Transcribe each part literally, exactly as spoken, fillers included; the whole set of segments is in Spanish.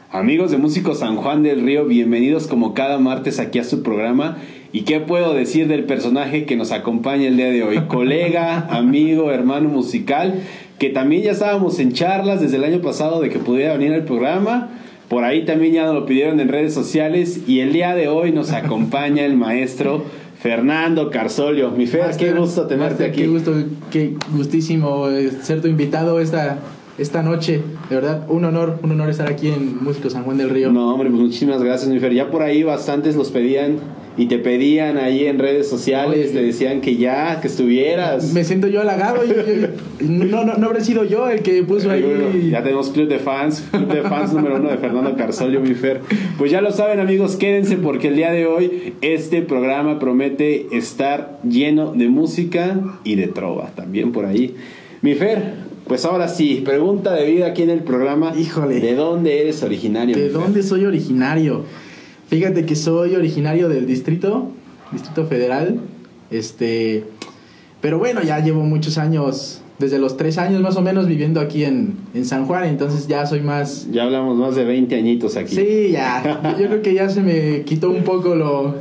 Amigos de Músicos San Juan del Río, bienvenidos como cada martes aquí a su programa. ¿Y qué puedo decir del personaje que nos acompaña el día de hoy? Colega, amigo, hermano musical, que también ya estábamos en charlas desde el año pasado de que pudiera venir al programa. Por ahí también ya nos lo pidieron en redes sociales. Y el día de hoy nos acompaña el maestro Fernando Carsolio. Mi Fer, Master, qué gusto tenerte Master, aquí. Qué gusto, qué gustísimo ser tu invitado esta, esta noche. De verdad, un honor, un honor estar aquí en Músicos San Juan del Río. No, hombre, pues muchísimas gracias, mi Fer. Ya por ahí bastantes los pedían y te pedían ahí en redes sociales. Oye, te decían que ya, que estuvieras. Me siento yo halagado. y, y, no, no, no habré sido yo el que puso ahí. Bueno, ya tenemos club de fans, club de fans número uno de Fernando Carsolio, mi Fer. Pues ya lo saben, amigos, quédense porque el día de hoy este programa promete estar lleno de música y de trova también por ahí. Mi Fer, pues ahora sí, pregunta de vida aquí en el programa. Híjole. ¿De dónde eres originario? ¿De dónde soy originario? Fíjate que soy originario del distrito, Distrito Federal, este, pero bueno, ya llevo muchos años, desde los tres años más o menos viviendo aquí en, en San Juan, entonces ya soy más... Ya hablamos más de veinte añitos aquí. Sí, ya, yo creo que ya se me quitó un poco lo,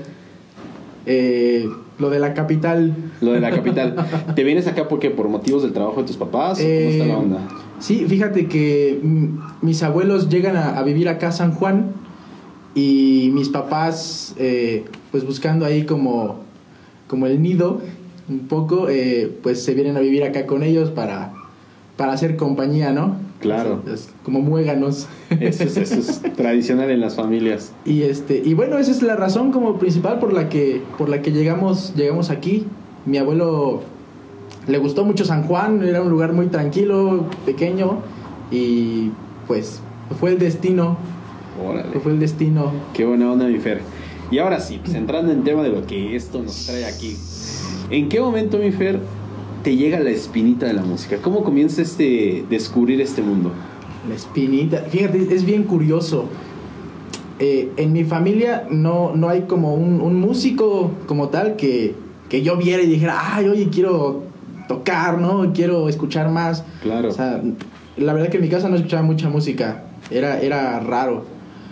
eh, lo de la capital. Lo de la capital. ¿Te vienes acá porque por motivos del trabajo de tus papás? Eh, ¿Cómo está la onda? Sí, fíjate que m- mis abuelos llegan a, a vivir acá a San Juan. Y mis papás, eh, pues buscando ahí como, como el nido, un poco, eh, pues se vienen a vivir acá con ellos para, para hacer compañía, ¿no? Claro. Es, es como muéganos. Eso es, eso es tradicional en las familias. Y este, y bueno, esa es la razón como principal por la que, por la que llegamos, llegamos aquí. Mi abuelo le gustó mucho San Juan, era un lugar muy tranquilo, pequeño, y pues fue el destino. Órale. Fue el destino. Qué buena onda, mi Fer. Y ahora sí, pues entrando en tema de lo que esto nos trae aquí. ¿En qué momento, mi Fer, te llega la espinita de la música? ¿Cómo comienza este descubrir este mundo? La espinita. Fíjate, es bien curioso. Eh, en mi familia no, no hay como un, un músico como tal que, que yo viera y dijera, ay, oye, quiero tocar, ¿no? Quiero escuchar más. Claro. O sea, la verdad que en mi casa no escuchaba mucha música. Era, era raro.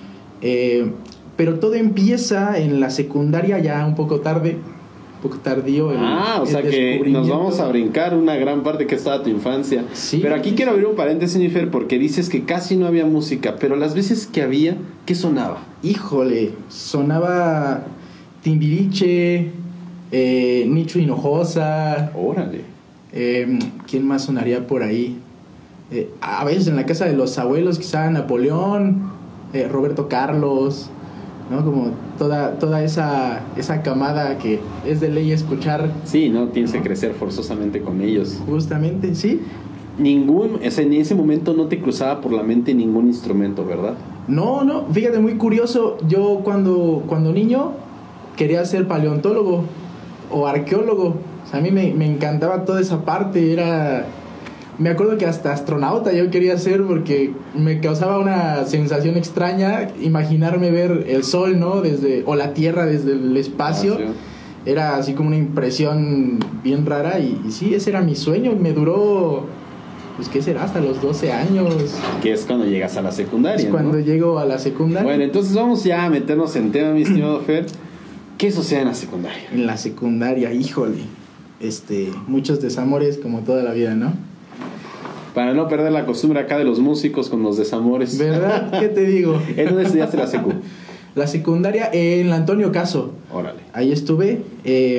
Eh, pero todo empieza en la secundaria ya un poco tarde, un poco tardío. El, ah, o sea que nos vamos a brincar una gran parte que estaba tu infancia. Sí, pero aquí sí, quiero sí. abrir un paréntesis, mi Fer, porque dices que casi no había música, pero las veces que había, ¿qué sonaba? Híjole, sonaba Timbiriche, eh, Nicho Hinojosa. Órale. Eh, ¿Quién más sonaría por ahí? Eh, a veces en la casa de los abuelos, quizá Napoleón. Eh, Roberto Carlos, ¿no? Como toda, toda esa, esa camada que es de ley escuchar. Sí, no tienes que crecer forzosamente con ellos. Justamente, sí. Ningún, o sea, en ese momento no te cruzaba por la mente ningún instrumento, ¿verdad? No, no, fíjate, muy curioso. Yo cuando, cuando niño quería ser paleontólogo o arqueólogo. O sea, a mí me, me encantaba toda esa parte. Era... Me acuerdo que hasta astronauta yo quería ser porque me causaba una sensación extraña imaginarme ver el sol, ¿no? Desde, o la Tierra desde el espacio. Ah, sí. Era así como una impresión bien rara y, y sí, ese era mi sueño. Me duró, pues, ¿qué será? Hasta los doce años. Que es cuando llegas a la secundaria, Es cuando ¿no? llego a la secundaria. Bueno, entonces vamos ya a meternos en tema, mi estimado Fer. ¿Qué sucede en la secundaria? En la secundaria, híjole. Este, muchos desamores como toda la vida, ¿no? Para no perder la costumbre acá de los músicos con los desamores. ¿Verdad? ¿Qué te digo? ¿En dónde estudiaste la secu? La secundaria en la Antonio Caso. Órale. Ahí estuve. Eh,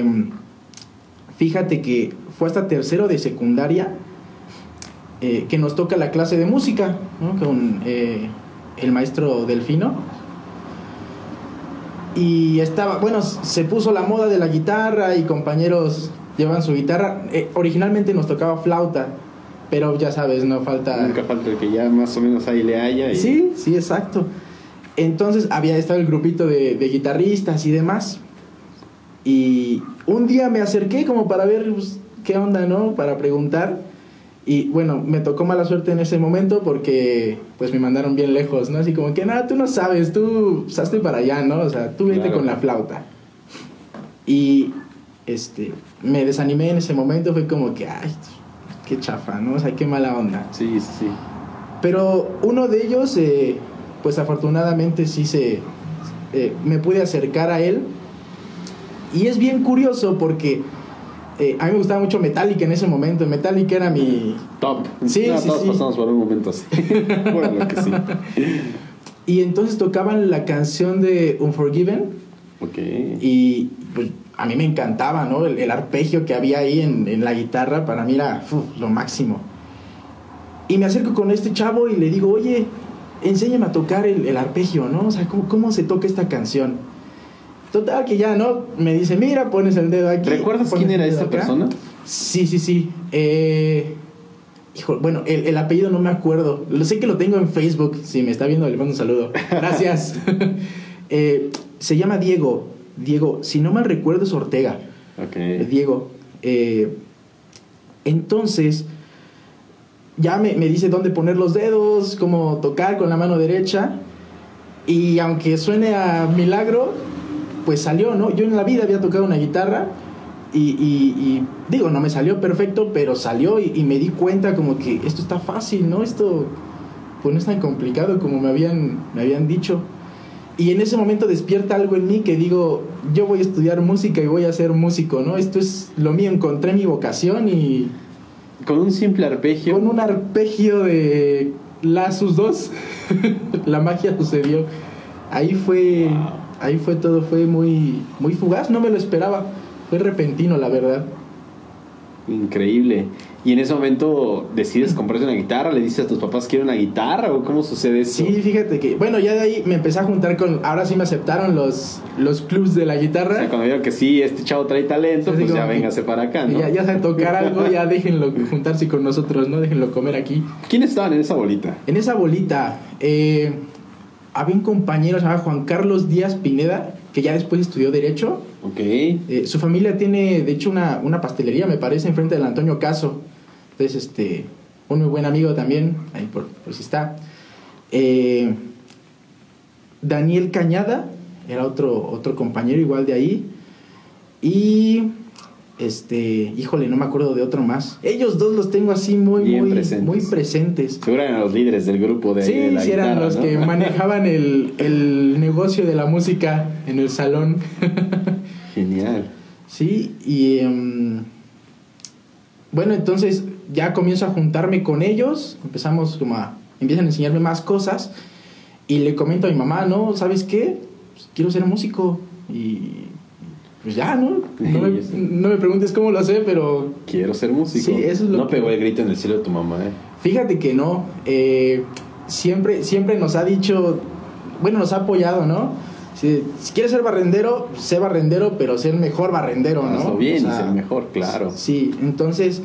fíjate que fue hasta tercero de secundaria eh, que nos toca la clase de música, ¿no? Con eh, el maestro Delfino. Y estaba, bueno, se puso la moda de la guitarra y compañeros llevan su guitarra. Eh, originalmente nos tocaba flauta. Pero ya sabes, no falta... Nunca falta el que ya más o menos ahí le haya. Y... Sí, sí, exacto. Entonces había estado el grupito de, de guitarristas y demás. Y un día me acerqué como para ver, pues, qué onda, ¿no? Para preguntar. Y bueno, me tocó mala suerte en ese momento porque pues me mandaron bien lejos, ¿no? Así como que, nada, tú no sabes, tú pasaste para allá, ¿no? O sea, tú vete Claro. con la flauta. Y este, me desanimé en ese momento, fue como que, ay, qué chafa, ¿no? O sea, qué mala onda. Sí, sí, sí. Pero uno de ellos, eh, pues afortunadamente sí se eh, me pude acercar a él. Y es bien curioso porque eh, a mí me gustaba mucho Metallica en ese momento. Metallica era mi top. Sí, no, sí, todos sí. pasamos por un momento así. Bueno, lo que sí. Y entonces tocaban la canción de Unforgiven. Ok. Y pues a mí me encantaba, ¿no? El, el arpegio que había ahí en, en la guitarra, para mí era uf, lo máximo. Y me acerco con este chavo y le digo, oye, enséñame a tocar el, el arpegio, ¿no? O sea, ¿cómo, cómo se toca esta canción? Total, que ya, ¿no? Me dice, mira, pones el dedo aquí. ¿Recuerdas quién era esta acá. persona? Sí, sí, sí. Eh, hijo, bueno, el, el apellido no me acuerdo. Lo sé que lo tengo en Facebook. Si me está viendo, le mando un saludo. Gracias. eh, se llama Diego. Diego, si no mal recuerdo, es Ortega. Ok. Diego. Eh, entonces, ya me, me dice dónde poner los dedos, cómo tocar con la mano derecha. Y aunque suene a milagro, pues salió, ¿no? Yo en la vida había tocado una guitarra y, y, y digo, no me salió perfecto, pero salió y, y me di cuenta como que esto está fácil, ¿no? Esto pues no es tan complicado como me habían, me habían dicho. Y en ese momento despierta algo en mí que digo, yo voy a estudiar música y voy a ser músico, ¿no? Esto es lo mío, encontré mi vocación y... Con un simple arpegio. Con un arpegio de la sus dos, la magia sucedió. Ahí fue... Wow. Ahí fue todo, fue muy, muy fugaz, no me lo esperaba, fue repentino, la verdad. Increíble. ¿Y en ese momento decides comprarte una guitarra? ¿Le dices a tus papás quiero una guitarra? ¿O cómo sucede eso? Sí, fíjate que, bueno, ya de ahí me empecé a juntar con, ahora sí me aceptaron los, los clubs de la guitarra. O sea, cuando vieron que sí, este chavo trae talento, pues ya véngase para acá, ¿no? Ya, ya sabe tocar algo, ya déjenlo juntarse con nosotros, ¿no? Déjenlo comer aquí. ¿Quiénes estaban en esa bolita? En esa bolita, eh... había un compañero llamado Juan Carlos Díaz Pineda, que ya después estudió Derecho. Ok. Eh, su familia tiene, de hecho, una, una pastelería, me parece, enfrente del Antonio Caso. Entonces, este, un muy buen amigo también, ahí por, por si está. Eh, Daniel Cañada, era otro, otro compañero igual de ahí. Y... Este, híjole, no me acuerdo de otro más. Ellos dos los tengo así muy, Bien muy presentes. muy presentes. Seguro eran los líderes del grupo de, sí, de la sí, guitarra, eran los ¿no? que manejaban el, el negocio de la música en el salón. Genial. Sí, y um, bueno, entonces ya comienzo a juntarme con ellos. Empezamos como a, empiezan a enseñarme más cosas. Y le comento a mi mamá, ¿no? ¿Sabes qué? Pues quiero ser músico. Y pues ya, ¿no? No me, no me preguntes cómo lo sé, pero... Quiero ser músico. Sí, eso es lo no que... pegó el grito en el cielo de tu mamá, ¿eh? Fíjate que no. Eh, siempre, siempre nos ha dicho... Bueno, nos ha apoyado, ¿no? Si, si quieres ser barrendero, sé barrendero, pero sé el mejor barrendero, ¿no? Hazlo bien, o sea, y ser mejor, claro. Sí, entonces...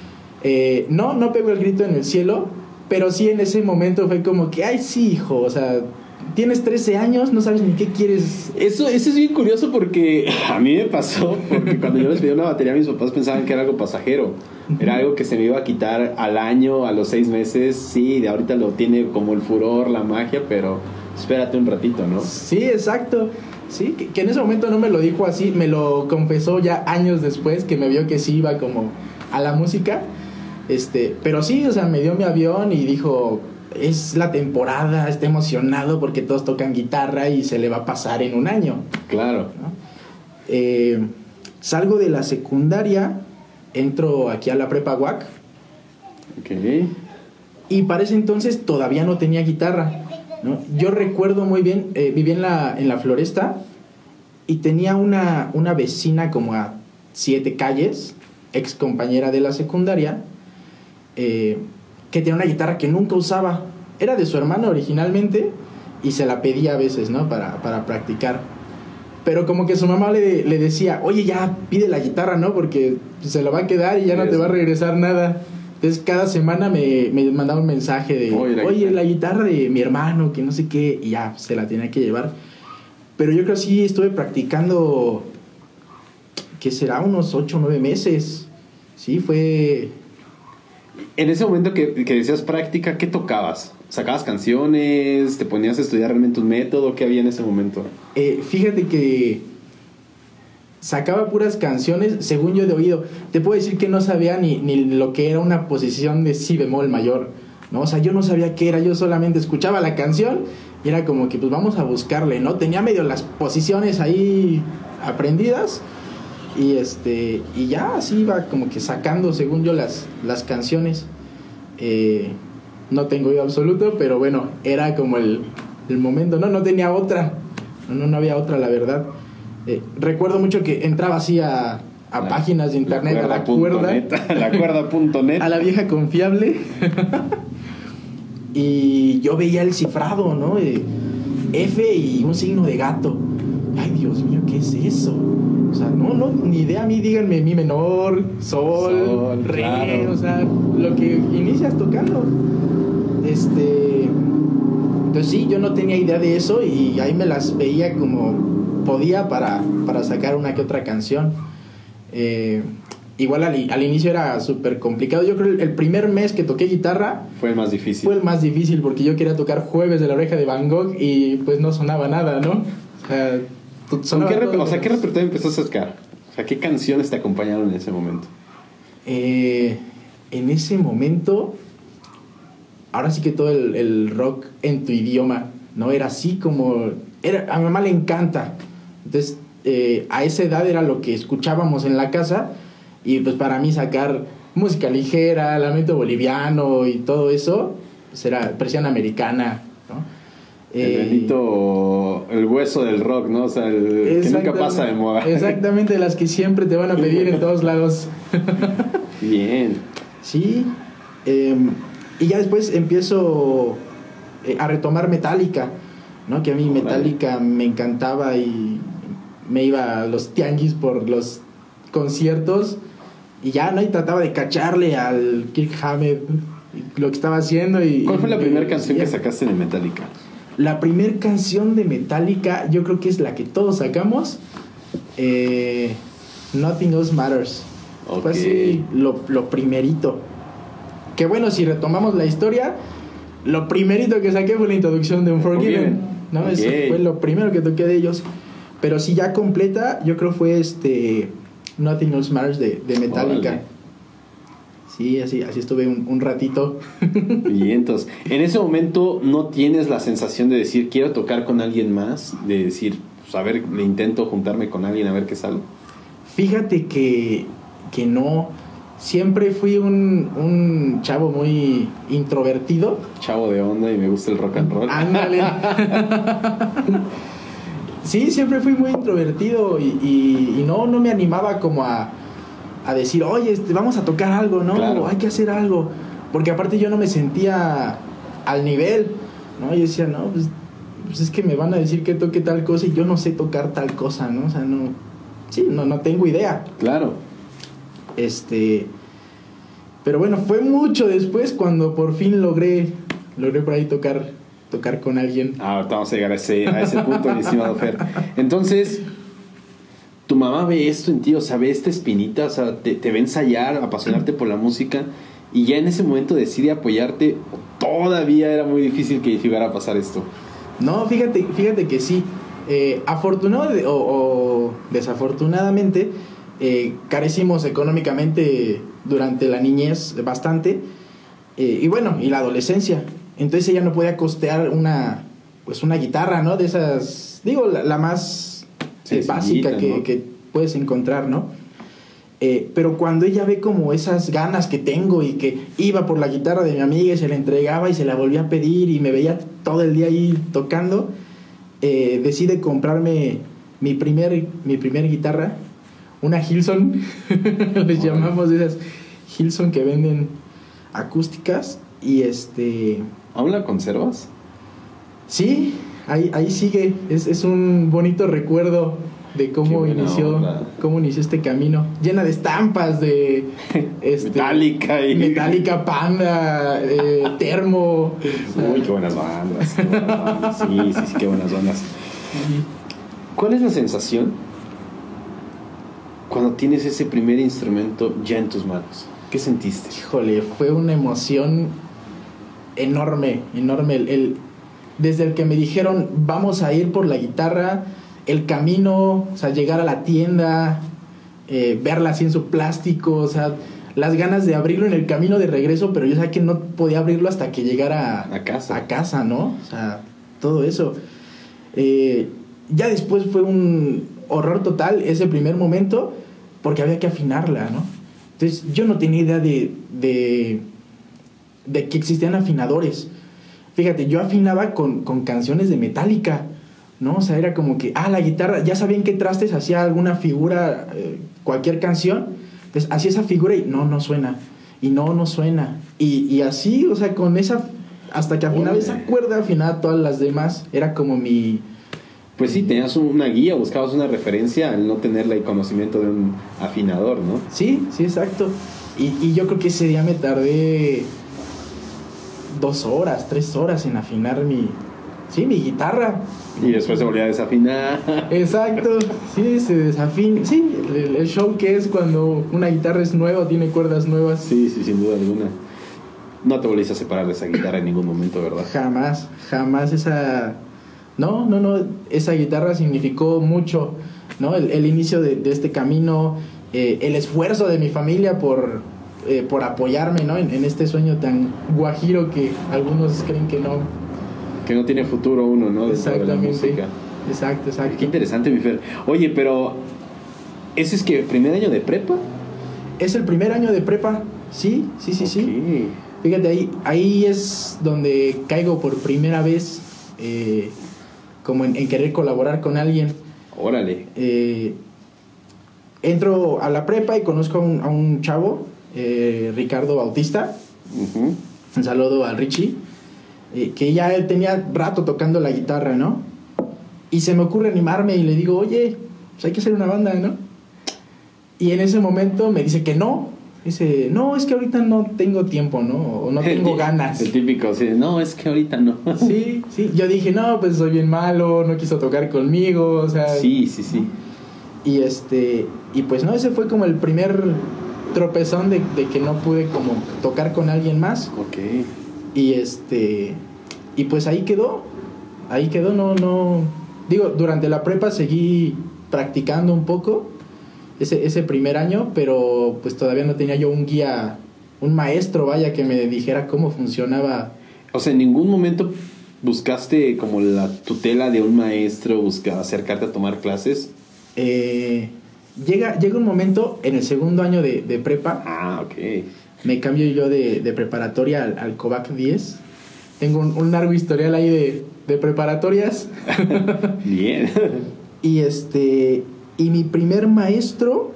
Eh, no, no pegó el grito en el cielo, pero sí en ese momento fue como que... Ay, sí, hijo, o sea... Tienes trece años, no sabes ni qué quieres. Eso, eso es bien curioso porque a mí me pasó, porque cuando yo les pedí una batería, mis papás pensaban que era algo pasajero. Era algo que se me iba a quitar al año, a los seis meses. Sí, de ahorita lo tiene como el furor, la magia, pero espérate un ratito, ¿no? Sí, exacto. Sí, que, que en ese momento no me lo dijo así, me lo confesó ya años después, que me vio que sí iba como a la música. Este, pero sí, o sea, me dio mi avión y dijo... Es la temporada, está emocionado porque todos tocan guitarra y se le va a pasar en un año. Claro. ¿No? Eh, salgo de la secundaria, entro aquí a la prepa U A C. Ok. Y para ese entonces todavía no tenía guitarra, ¿no? Yo recuerdo muy bien, eh, vivía en la, en la Floresta y tenía una, una vecina como a siete calles, ex compañera de la secundaria, eh, que tenía una guitarra que nunca usaba. Era de su hermano originalmente y se la pedía a veces, ¿no? Para, para practicar. Pero como que su mamá le, le decía, oye, ya pide la guitarra, ¿no? Porque se la va a quedar y ya no te va a regresar nada. Entonces cada semana me, me mandaba un mensaje de, oye, la, oye guitarra. la guitarra de mi hermano, que no sé qué, y ya se la tenía que llevar. Pero yo creo que sí estuve practicando, ¿qué será? Unos ocho o nueve meses. Sí, fue... En ese momento que, que decías práctica, ¿qué tocabas? ¿Sacabas canciones? ¿Te ponías a estudiar realmente un método? ¿Qué había en ese momento? Eh, fíjate que sacaba puras canciones, según yo de oído. Te puedo decir que no sabía ni, ni lo que era una posición de si bemol mayor. ¿no? O sea, yo no sabía qué era, yo solamente escuchaba la canción y era como que pues vamos a buscarle, ¿no? Tenía medio las posiciones ahí aprendidas y este y ya así iba como que sacando según yo las, las canciones. Eh, no tengo oído absoluto, pero bueno, era como el, el momento, ¿no? No tenía otra, no, no había otra, la verdad. Eh, recuerdo mucho que entraba así a, a la, páginas de internet, la a la cuerda, net, la cuerda punto net, a la vieja confiable. Y yo veía el cifrado, ¿no? Eh, F y un signo de gato. Ay, Dios mío, ¿qué es eso? O sea, no, no, ni idea. A mí díganme mi menor, sol, sol re, claro. O sea, lo que inicias tocando. Este, entonces sí, yo no tenía idea de eso y ahí me las veía como podía para, para sacar una que otra canción. Eh, igual al, al inicio era súper complicado. Yo creo que el primer mes que toqué guitarra fue el más difícil. Fue el más difícil porque yo quería tocar Jueves de la Oreja de Van Gogh y pues no sonaba nada, ¿no? O sea, sonaba ¿Qué, rep- o sea, ¿qué repertorio empezaste a sacar? O sea, ¿qué canciones te acompañaron en ese momento? Eh, en ese momento, ahora sí que todo el, el rock en tu idioma, ¿no? Era así como... Era, a mi mamá le encanta. Entonces, eh, a esa edad era lo que escuchábamos en la casa. Y pues para mí sacar música ligera, lamento boliviano y todo eso, pues era presión americana, ¿no? El eh, bendito, el hueso del rock, ¿no? O sea, el que nunca pasa de moda. Exactamente, las que siempre te van a pedir en todos lados. Bien. Sí. Eh, y ya después empiezo eh, a retomar Metallica, ¿no? Que a mí oh, Metallica vale. me encantaba y me iba a los tianguis por los conciertos y ya, ¿no? Y trataba de cacharle al Kirk Hammett lo que estaba haciendo. Y, ¿Cuál fue y, la primera y, canción y, que sacaste de Metallica? La primera canción de Metallica yo creo que es la que todos sacamos, eh, Nothing Else Matters. Okay. Fue así lo, lo primerito. Que bueno, si retomamos la historia, lo primerito que saqué fue la introducción de Unforgiven, ¿no? Okay. Eso fue lo primero que toqué de ellos. Pero si ya completa, yo creo fue este Nothing Else Matters de, de Metallica. Órale. Sí, así, así estuve un, un ratito. Y entonces, en ese momento no tienes la sensación de decir quiero tocar con alguien más, de decir, pues a ver, le intento juntarme con alguien a ver qué sale. Fíjate que, que no. Siempre fui un, un chavo muy introvertido. Chavo de onda y me gusta el rock and roll. Ándale. Sí, siempre fui muy introvertido y, y, y no, no me animaba como a, a decir, oye, este, vamos a tocar algo, ¿no? Claro. Hay que hacer algo. Porque aparte yo no me sentía al nivel, ¿no? Yo decía, no, pues, pues es que me van a decir que toque tal cosa y yo no sé tocar tal cosa, ¿no? O sea, no, sí, no, no tengo idea. Claro. Este, pero bueno, fue mucho después cuando por fin logré, logré por ahí tocar, tocar con alguien. Ah, ahorita vamos a llegar a ese, a ese punto, mi estimado Fer. Entonces, tu mamá ve esto en ti, o sea, ve esta espinita, o sea, te, te ve ensayar, apasionarte por la música, y ya en ese momento decide apoyarte, todavía era muy difícil que llegara a pasar esto. No, fíjate, fíjate que sí. Eh, afortunado o, o desafortunadamente, eh, carecimos económicamente durante la niñez bastante, eh, y bueno, y la adolescencia. Entonces ella no podía costear una, pues una guitarra, ¿no? De esas, digo, la, la más eh, básica que, ¿no? que puedes encontrar, ¿no? Eh, pero cuando ella ve como esas ganas que tengo y que iba por la guitarra de mi amiga y se la entregaba y se la volvía a pedir y me veía todo el día ahí tocando, eh, decide comprarme mi primer, mi primer guitarra, una Gilson, les oh. llamamos esas Gilson que venden acústicas y este... ¿Aún la conservas? Sí, ahí, ahí sigue, es, es un bonito recuerdo de cómo inició onda. cómo inició este camino, llena de estampas de este, Metallica y Metallica, Panda, eh, Termo. Uy, qué buenas bandas, qué buenas bandas. Sí, sí, sí, qué buenas bandas. ¿Cuál es la sensación cuando tienes ese primer instrumento ya en tus manos? ¿Qué sentiste? Híjole, fue una emoción enorme, enorme. El, el, desde el que me dijeron vamos a ir por la guitarra, el camino, o sea, llegar a la tienda, eh, verla así en su plástico, o sea, las ganas de abrirlo en el camino de regreso, pero yo sabía que no podía abrirlo hasta que llegara a casa, a casa, ¿no? O sea, todo eso. Eh, ya después fue un horror total ese primer momento, porque había que afinarla, ¿no? Entonces yo no tenía idea de, de, de que existían afinadores. Fíjate, yo afinaba con, con canciones de Metallica, ¿no? O sea, era como que, ah, la guitarra, ya sabían qué trastes hacía alguna figura, eh, cualquier canción. Entonces hacía esa figura y no, no suena. Y no, no suena. Y, y así, o sea, con esa, hasta que afinaba Oye. esa cuerda, afinaba todas las demás. Era como mi... Pues sí, tenías una guía, buscabas una referencia al no tener el conocimiento de un afinador, ¿no? Sí, sí, exacto. Y, y yo creo que ese día me tardé dos horas, tres horas en afinar mi... Sí, mi guitarra. Y después se volvía a desafinar. Exacto, sí, se desafina. Sí, el, el show que es cuando una guitarra es nueva, tiene cuerdas nuevas. Sí, sí, sin duda alguna. No te volviste a separar de esa guitarra en ningún momento, ¿verdad? Jamás, jamás esa... No, no, no, esa guitarra significó mucho, ¿no? El, el inicio de, de este camino, eh, el esfuerzo de mi familia por, eh, por apoyarme, ¿no? En, en este sueño tan guajiro que algunos creen que no. Que no tiene futuro uno, ¿no? Exactamente. De la música. Exacto, exacto. Qué interesante, mi Fer. Oye, pero ¿ese es que el primer año de prepa? Es el primer año de prepa, sí, sí, sí, okay. sí. Fíjate, ahí, ahí es donde caigo por primera vez, eh, como en, en querer colaborar con alguien. Órale. Eh, entro a la prepa y conozco a un, a un chavo, eh, Ricardo Bautista. Uh-huh. Un saludo a Richie. Eh, que ya él tenía rato tocando la guitarra, ¿no? Y se me ocurre animarme y le digo, oye, pues hay que hacer una banda, ¿no? Y en ese momento me dice que no. Dice, no, es que ahorita no tengo tiempo, ¿no? O no tengo ganas. El típico, sí, no, es que ahorita no. Sí, sí. Yo dije, no, pues soy bien malo, no quiso tocar conmigo, o sea... Sí, sí, sí. Y este... Y pues no, ese fue como el primer tropezón de, de que no pude como tocar con alguien más. Ok. Y este... Y pues ahí quedó. Ahí quedó, no, no... Digo, durante la prepa seguí practicando un poco... Ese, ese primer año, pero pues todavía no tenía yo un guía, un maestro, vaya, que me dijera cómo funcionaba. O sea, en ningún momento buscaste como la tutela de un maestro, busca acercarte a tomar clases. Eh, llega, llega un momento en el segundo año de, de prepa. Ah, ok. Me cambio yo de, de preparatoria al, al Covac diez. Tengo un, un largo historial ahí de, de preparatorias. Bien. Y este... Y mi primer maestro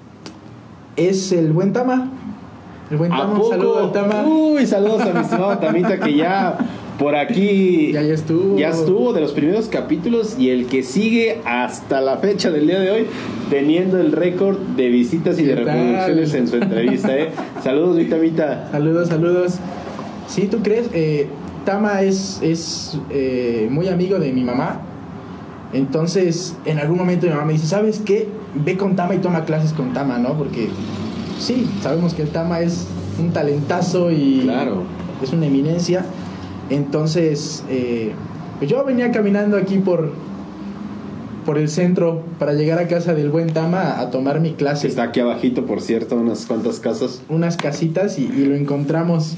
es el buen Tama. El buen Tama, un saludo al Tama. Uy, saludos a mi estimado Tamita, que ya por aquí ya, ya estuvo. Ya estuvo de los primeros capítulos y el que sigue hasta la fecha del día de hoy, teniendo el récord de visitas y de reproducciones en su entrevista, ¿eh? Saludos, mi Tamita. Saludos, saludos. Sí, ¿tú crees? Eh, Tama es, es eh, muy amigo de mi mamá. Entonces, en algún momento mi mamá me dice, ¿sabes qué? Ve con Tama y toma clases con Tama, ¿no? Porque sí, sabemos que el Tama es un talentazo y claro, es una eminencia. Entonces, eh, pues yo venía caminando aquí por, por el centro para llegar a casa del buen Tama a tomar mi clase. Está aquí abajito, por cierto, unas cuantas casas. Unas casitas y, y lo encontramos.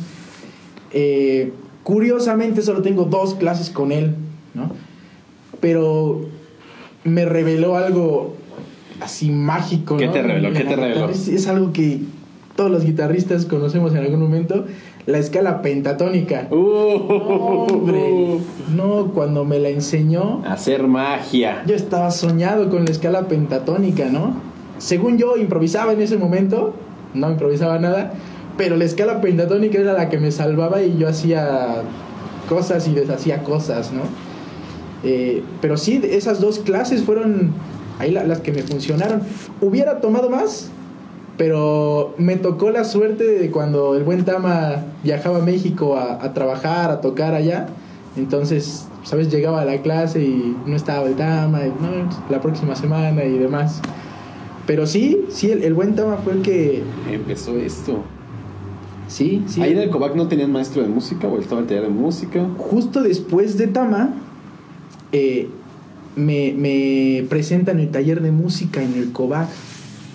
Eh, curiosamente solo tengo dos clases con él, ¿no? Pero me reveló algo así mágico, ¿no? ¿Qué te reveló? ¿Qué te reveló? Es, es algo que todos los guitarristas conocemos en algún momento, la escala pentatónica. Uh, no, hombre, no, cuando me la enseñó... Hacer magia. Yo estaba soñado con la escala pentatónica, ¿no? Según yo improvisaba en ese momento, no improvisaba nada, pero la escala pentatónica era la que me salvaba y yo hacía cosas y deshacía cosas, ¿no? Eh, pero sí, esas dos clases fueron ahí la, las que me funcionaron. Hubiera tomado más, pero me tocó la suerte de cuando el buen Tama viajaba a México a, a trabajar, a tocar allá. Entonces, ¿sabes? Llegaba a la clase y no estaba el Tama, y, no, la próxima semana y demás. Pero sí, sí, el, el buen Tama fue el que empezó esto. Sí, sí. ¿Ahí en el Covac no tenían maestro de música o estaba el taller de música? Justo después de Tama, Eh, me, me presentan el taller de música en el Covac.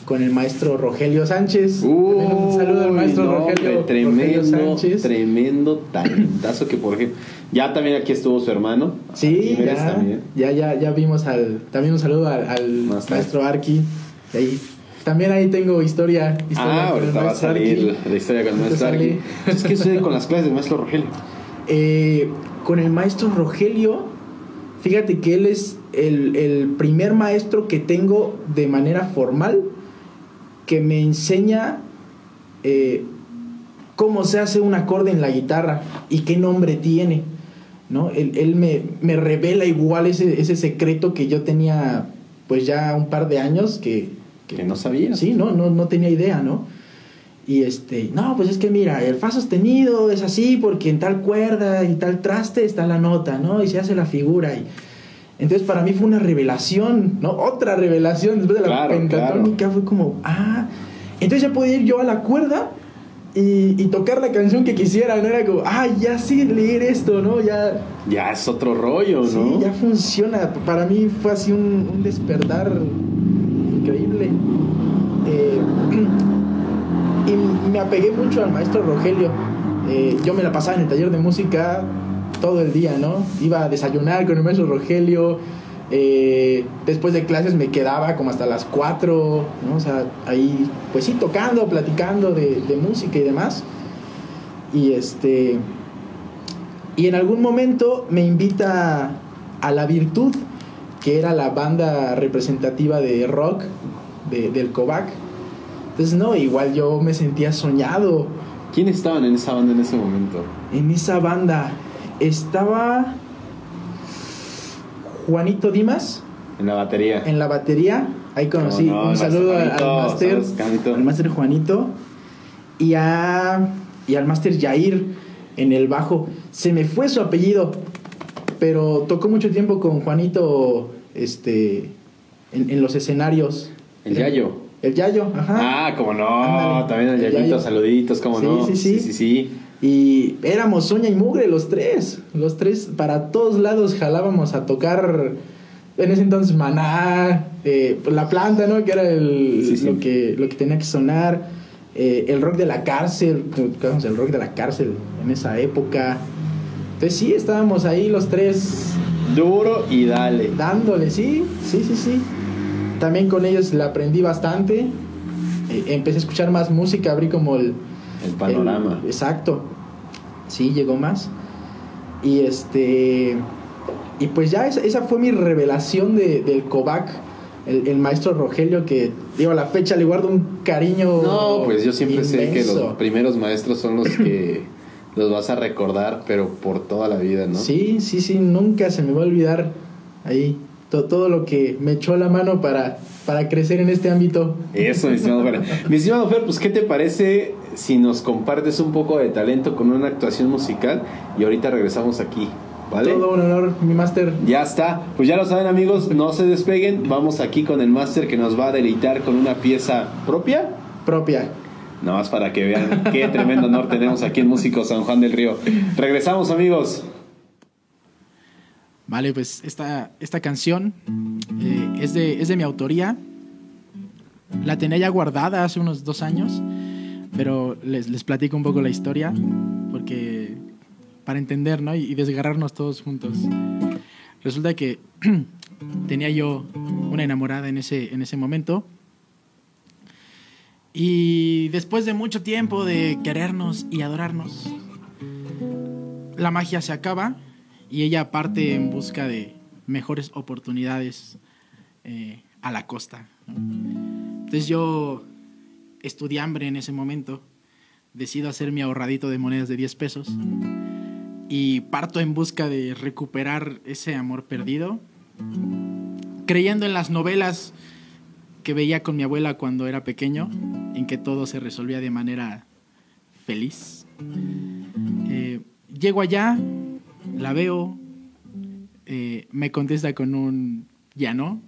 con el maestro Rogelio Sánchez. Uy, un saludo al maestro no, Rogelio, tremendo, Rogelio Sánchez. Tremendo talentazo que por ejemplo, ya también aquí estuvo su hermano. Sí, ya, ya, ya, ya vimos al, también un saludo al, al maestro Arqui. Y ahí, también ahí tengo historia. historia ah, ahorita va a salir Arqui. La historia con el maestro Arqui. Entonces, ¿qué sucede con las clases del maestro Rogelio? Eh, con el maestro Rogelio, fíjate que él es el, el primer maestro que tengo de manera formal que me enseña eh, cómo se hace un acorde en la guitarra y qué nombre tiene, ¿no? Él, él me, me revela igual ese, ese secreto que yo tenía pues ya un par de años que... Que, que no sabía. Sí, no, no, no tenía idea, ¿no? Y este, no, pues es que mira, el fa sostenido es así porque en tal cuerda y tal traste está la nota, ¿no? Y se hace la figura y... Entonces para mí fue una revelación, ¿no? Otra revelación después de la claro, pentatónica. Claro. Fue como, ah, entonces ya podía ir yo a la cuerda y, y tocar la canción que quisiera, ¿no? Era como, ah, ya sí leer esto, ¿no? Ya, ya es otro rollo, ¿no? Sí, ya funciona. Para mí fue así un, un despertar increíble. Eh, y me apegué mucho al maestro Rogelio. Eh, yo me la pasaba en el taller de música todo el día, ¿no? Iba a desayunar con el maestro Rogelio, eh, después de clases me quedaba como hasta las cuatro, ¿no? O sea, ahí, pues sí, tocando, platicando de, de música y demás. Y este... Y en algún momento me invita a La Virtud, que era la banda representativa de rock de, del Cobac. Entonces, no, igual yo me sentía soñado. ¿Quiénes estaban en esa banda en ese momento? En esa banda... Estaba Juanito Dimas en la batería. En la batería, ahí conocí. No, un saludo Juanito, al máster, al máster Juanito y a y al máster Yair en el bajo. Se me fue su apellido, pero tocó mucho tiempo con Juanito, este, en, en los escenarios. El Yayo. El Yayo, ajá. Ah, como no. Ándale, también el Yayito, Yayo. Saluditos, como sí, no. Sí, sí, sí, sí, sí. Y éramos uña y mugre los tres. Los tres para todos lados jalábamos a tocar. En ese entonces Maná, eh, La Planta, ¿no? Que era el, sí, sí. Lo, que, lo que tenía que sonar. Eh, el rock de la cárcel. El rock de la cárcel en esa época. Entonces sí, estábamos ahí los tres. Duro y dale. Dándole, sí, sí, sí, sí. También con ellos la aprendí bastante. Eh, empecé a escuchar más música, abrí como el... El panorama. El, exacto. Sí, llegó más. Y este... Y pues ya esa, esa fue mi revelación de, del Cobac. El, el maestro Rogelio, que digo, a la fecha le guardo un cariño. No, pues yo siempre inmenso. Sé que los primeros maestros son los que los vas a recordar, pero por toda la vida, ¿no? Sí, sí, sí, nunca se me va a olvidar ahí to, todo lo que me echó la mano para, para crecer en este ámbito. Eso, mi estimado Fer. Mi estimado Fer, pues ¿qué te parece si nos compartes un poco de talento con una actuación musical? Y ahorita regresamos aquí. ¿Vale? Todo un honor, mi máster. Ya está. Pues ya lo saben, amigos, no se despeguen. Vamos aquí con el máster que nos va a deleitar con una pieza propia. Propia. Nada más para que vean qué tremendo honor tenemos aquí en Músicos San Juan del Río. Regresamos, amigos. Vale, pues esta, esta canción eh, es, de, es de mi autoría. La tenía ya guardada hace unos dos años, pero les, les platico un poco la historia, porque... para entender, ¿no? Y desgarrarnos todos juntos. Resulta que tenía yo una enamorada en ese, en ese momento. Y después de mucho tiempo de querernos y adorarnos, la magia se acaba y ella parte en busca de mejores oportunidades eh, a la costa, ¿no? Entonces yo, estudiambre en ese momento, decido hacer mi ahorradito de monedas de diez pesos. Y parto en busca de recuperar ese amor perdido, creyendo en las novelas que veía con mi abuela cuando era pequeño, en que todo se resolvía de manera feliz. Eh, llego allá, la veo, eh, me contesta con un ya no,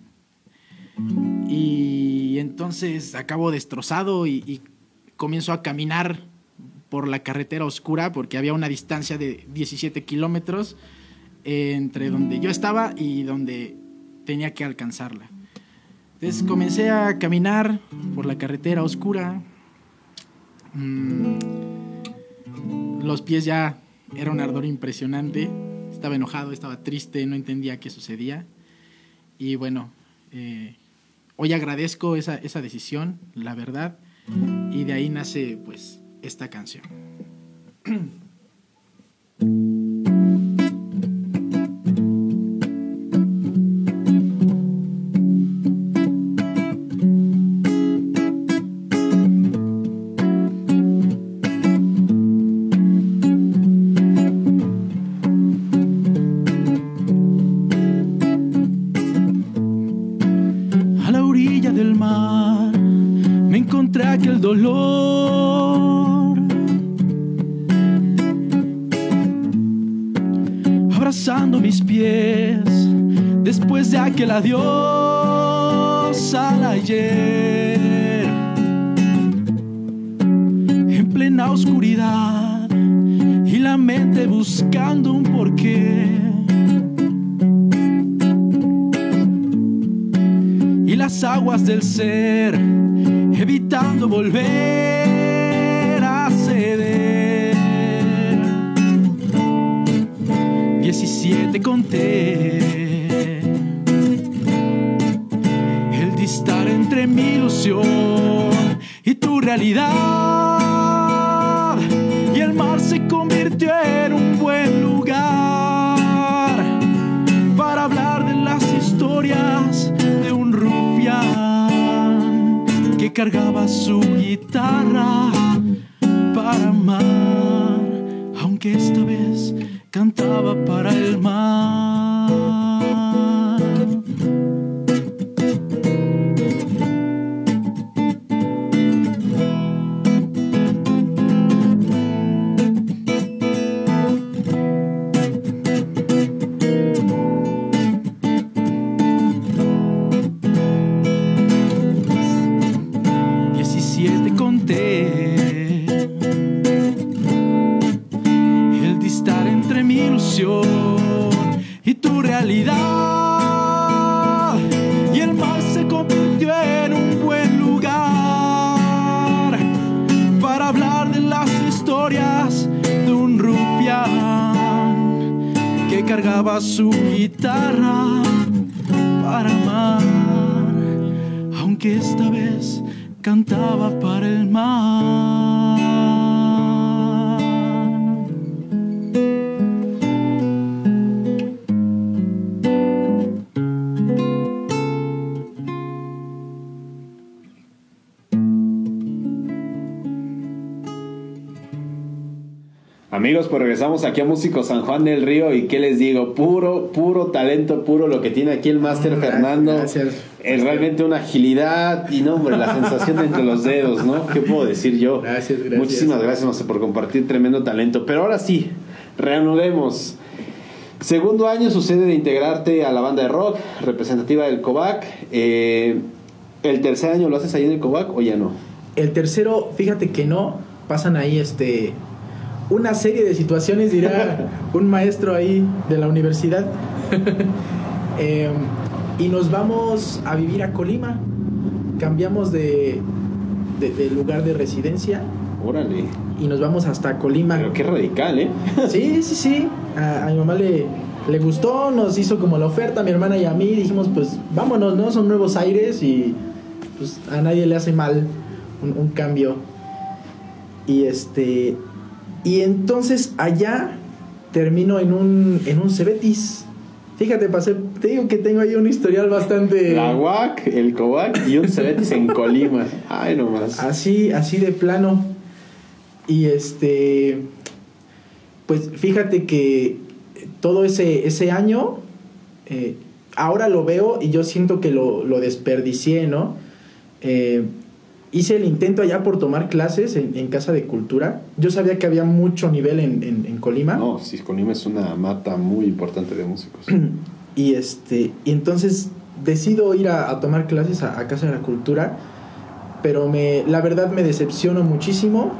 y entonces acabo destrozado y, y comienzo a caminar por la carretera oscura, porque había una distancia de diecisiete kilómetros entre donde yo estaba y donde tenía que alcanzarla. Entonces comencé a caminar por la carretera oscura. Mm, los pies ya era un ardor impresionante. Estaba enojado, estaba triste, no entendía qué sucedía. Y bueno, eh, hoy agradezco esa, esa decisión, la verdad. Y de ahí nace pues esta canción. El dolor, abrazando mis pies después de aquel adiós al ayer, en plena oscuridad y la mente buscando un porqué, y las aguas del ser evitando volver a ceder. Diecisiete conté, el distar entre mi ilusión y tu realidad, y el mar se convirtió en un buen lugar para hablar de las historias de un rufián que cargaba su guitarra para amar, aunque esta vez cantaba para el mar. El distar entre mi ilusión y tu realidad, y el mar se convirtió en un buen lugar para hablar de las historias de un rufián que cargaba su guitarra para amar, aunque esta vez cantaba para el mar. Amigos, pues regresamos aquí a Músicos San Juan del Río y qué les digo, puro, puro talento, puro lo que tiene aquí el máster Gracias, Fernando. gracias. Es realmente una agilidad y no, hombre, la sensación de entre los dedos, ¿no? ¿Qué puedo decir yo? Gracias, gracias. Muchísimas gracias, no sé, por compartir tremendo talento. Pero ahora sí, reanudemos. Segundo año sucede de integrarte a la banda de rock representativa del COVAC. Eh, ¿El tercer año lo haces ahí en el COVAC o ya no? El tercero, fíjate que no, pasan ahí este una serie de situaciones, dirá un maestro ahí de la universidad. eh, y nos vamos a vivir a Colima. Cambiamos de, de, de lugar de residencia. Órale. Y nos vamos hasta Colima. Pero qué radical, ¿eh? Sí, sí, sí. A, a mi mamá le, le gustó, nos hizo como la oferta, a mi hermana y a mí. Dijimos, pues vámonos, ¿no? Son nuevos aires y pues a nadie le hace mal un, un cambio. Y este... Y entonces allá termino en un, en un Cebetis. Fíjate, pasé, te digo que tengo ahí un historial bastante... La U A C, el COVAC y un Cebetis en Colima. Ay, nomás. Así, así de plano. Y este... Pues fíjate que todo ese, ese año... Eh, ahora lo veo y yo siento que lo, lo desperdicié, ¿no? Eh... Hice el intento allá por tomar clases en, en Casa de Cultura. Yo sabía que había mucho nivel en, en, en Colima. No, sí, Colima es una mata muy importante de músicos. Y este y entonces decido ir a, a tomar clases a, a Casa de la Cultura, pero me, la verdad me decepciono muchísimo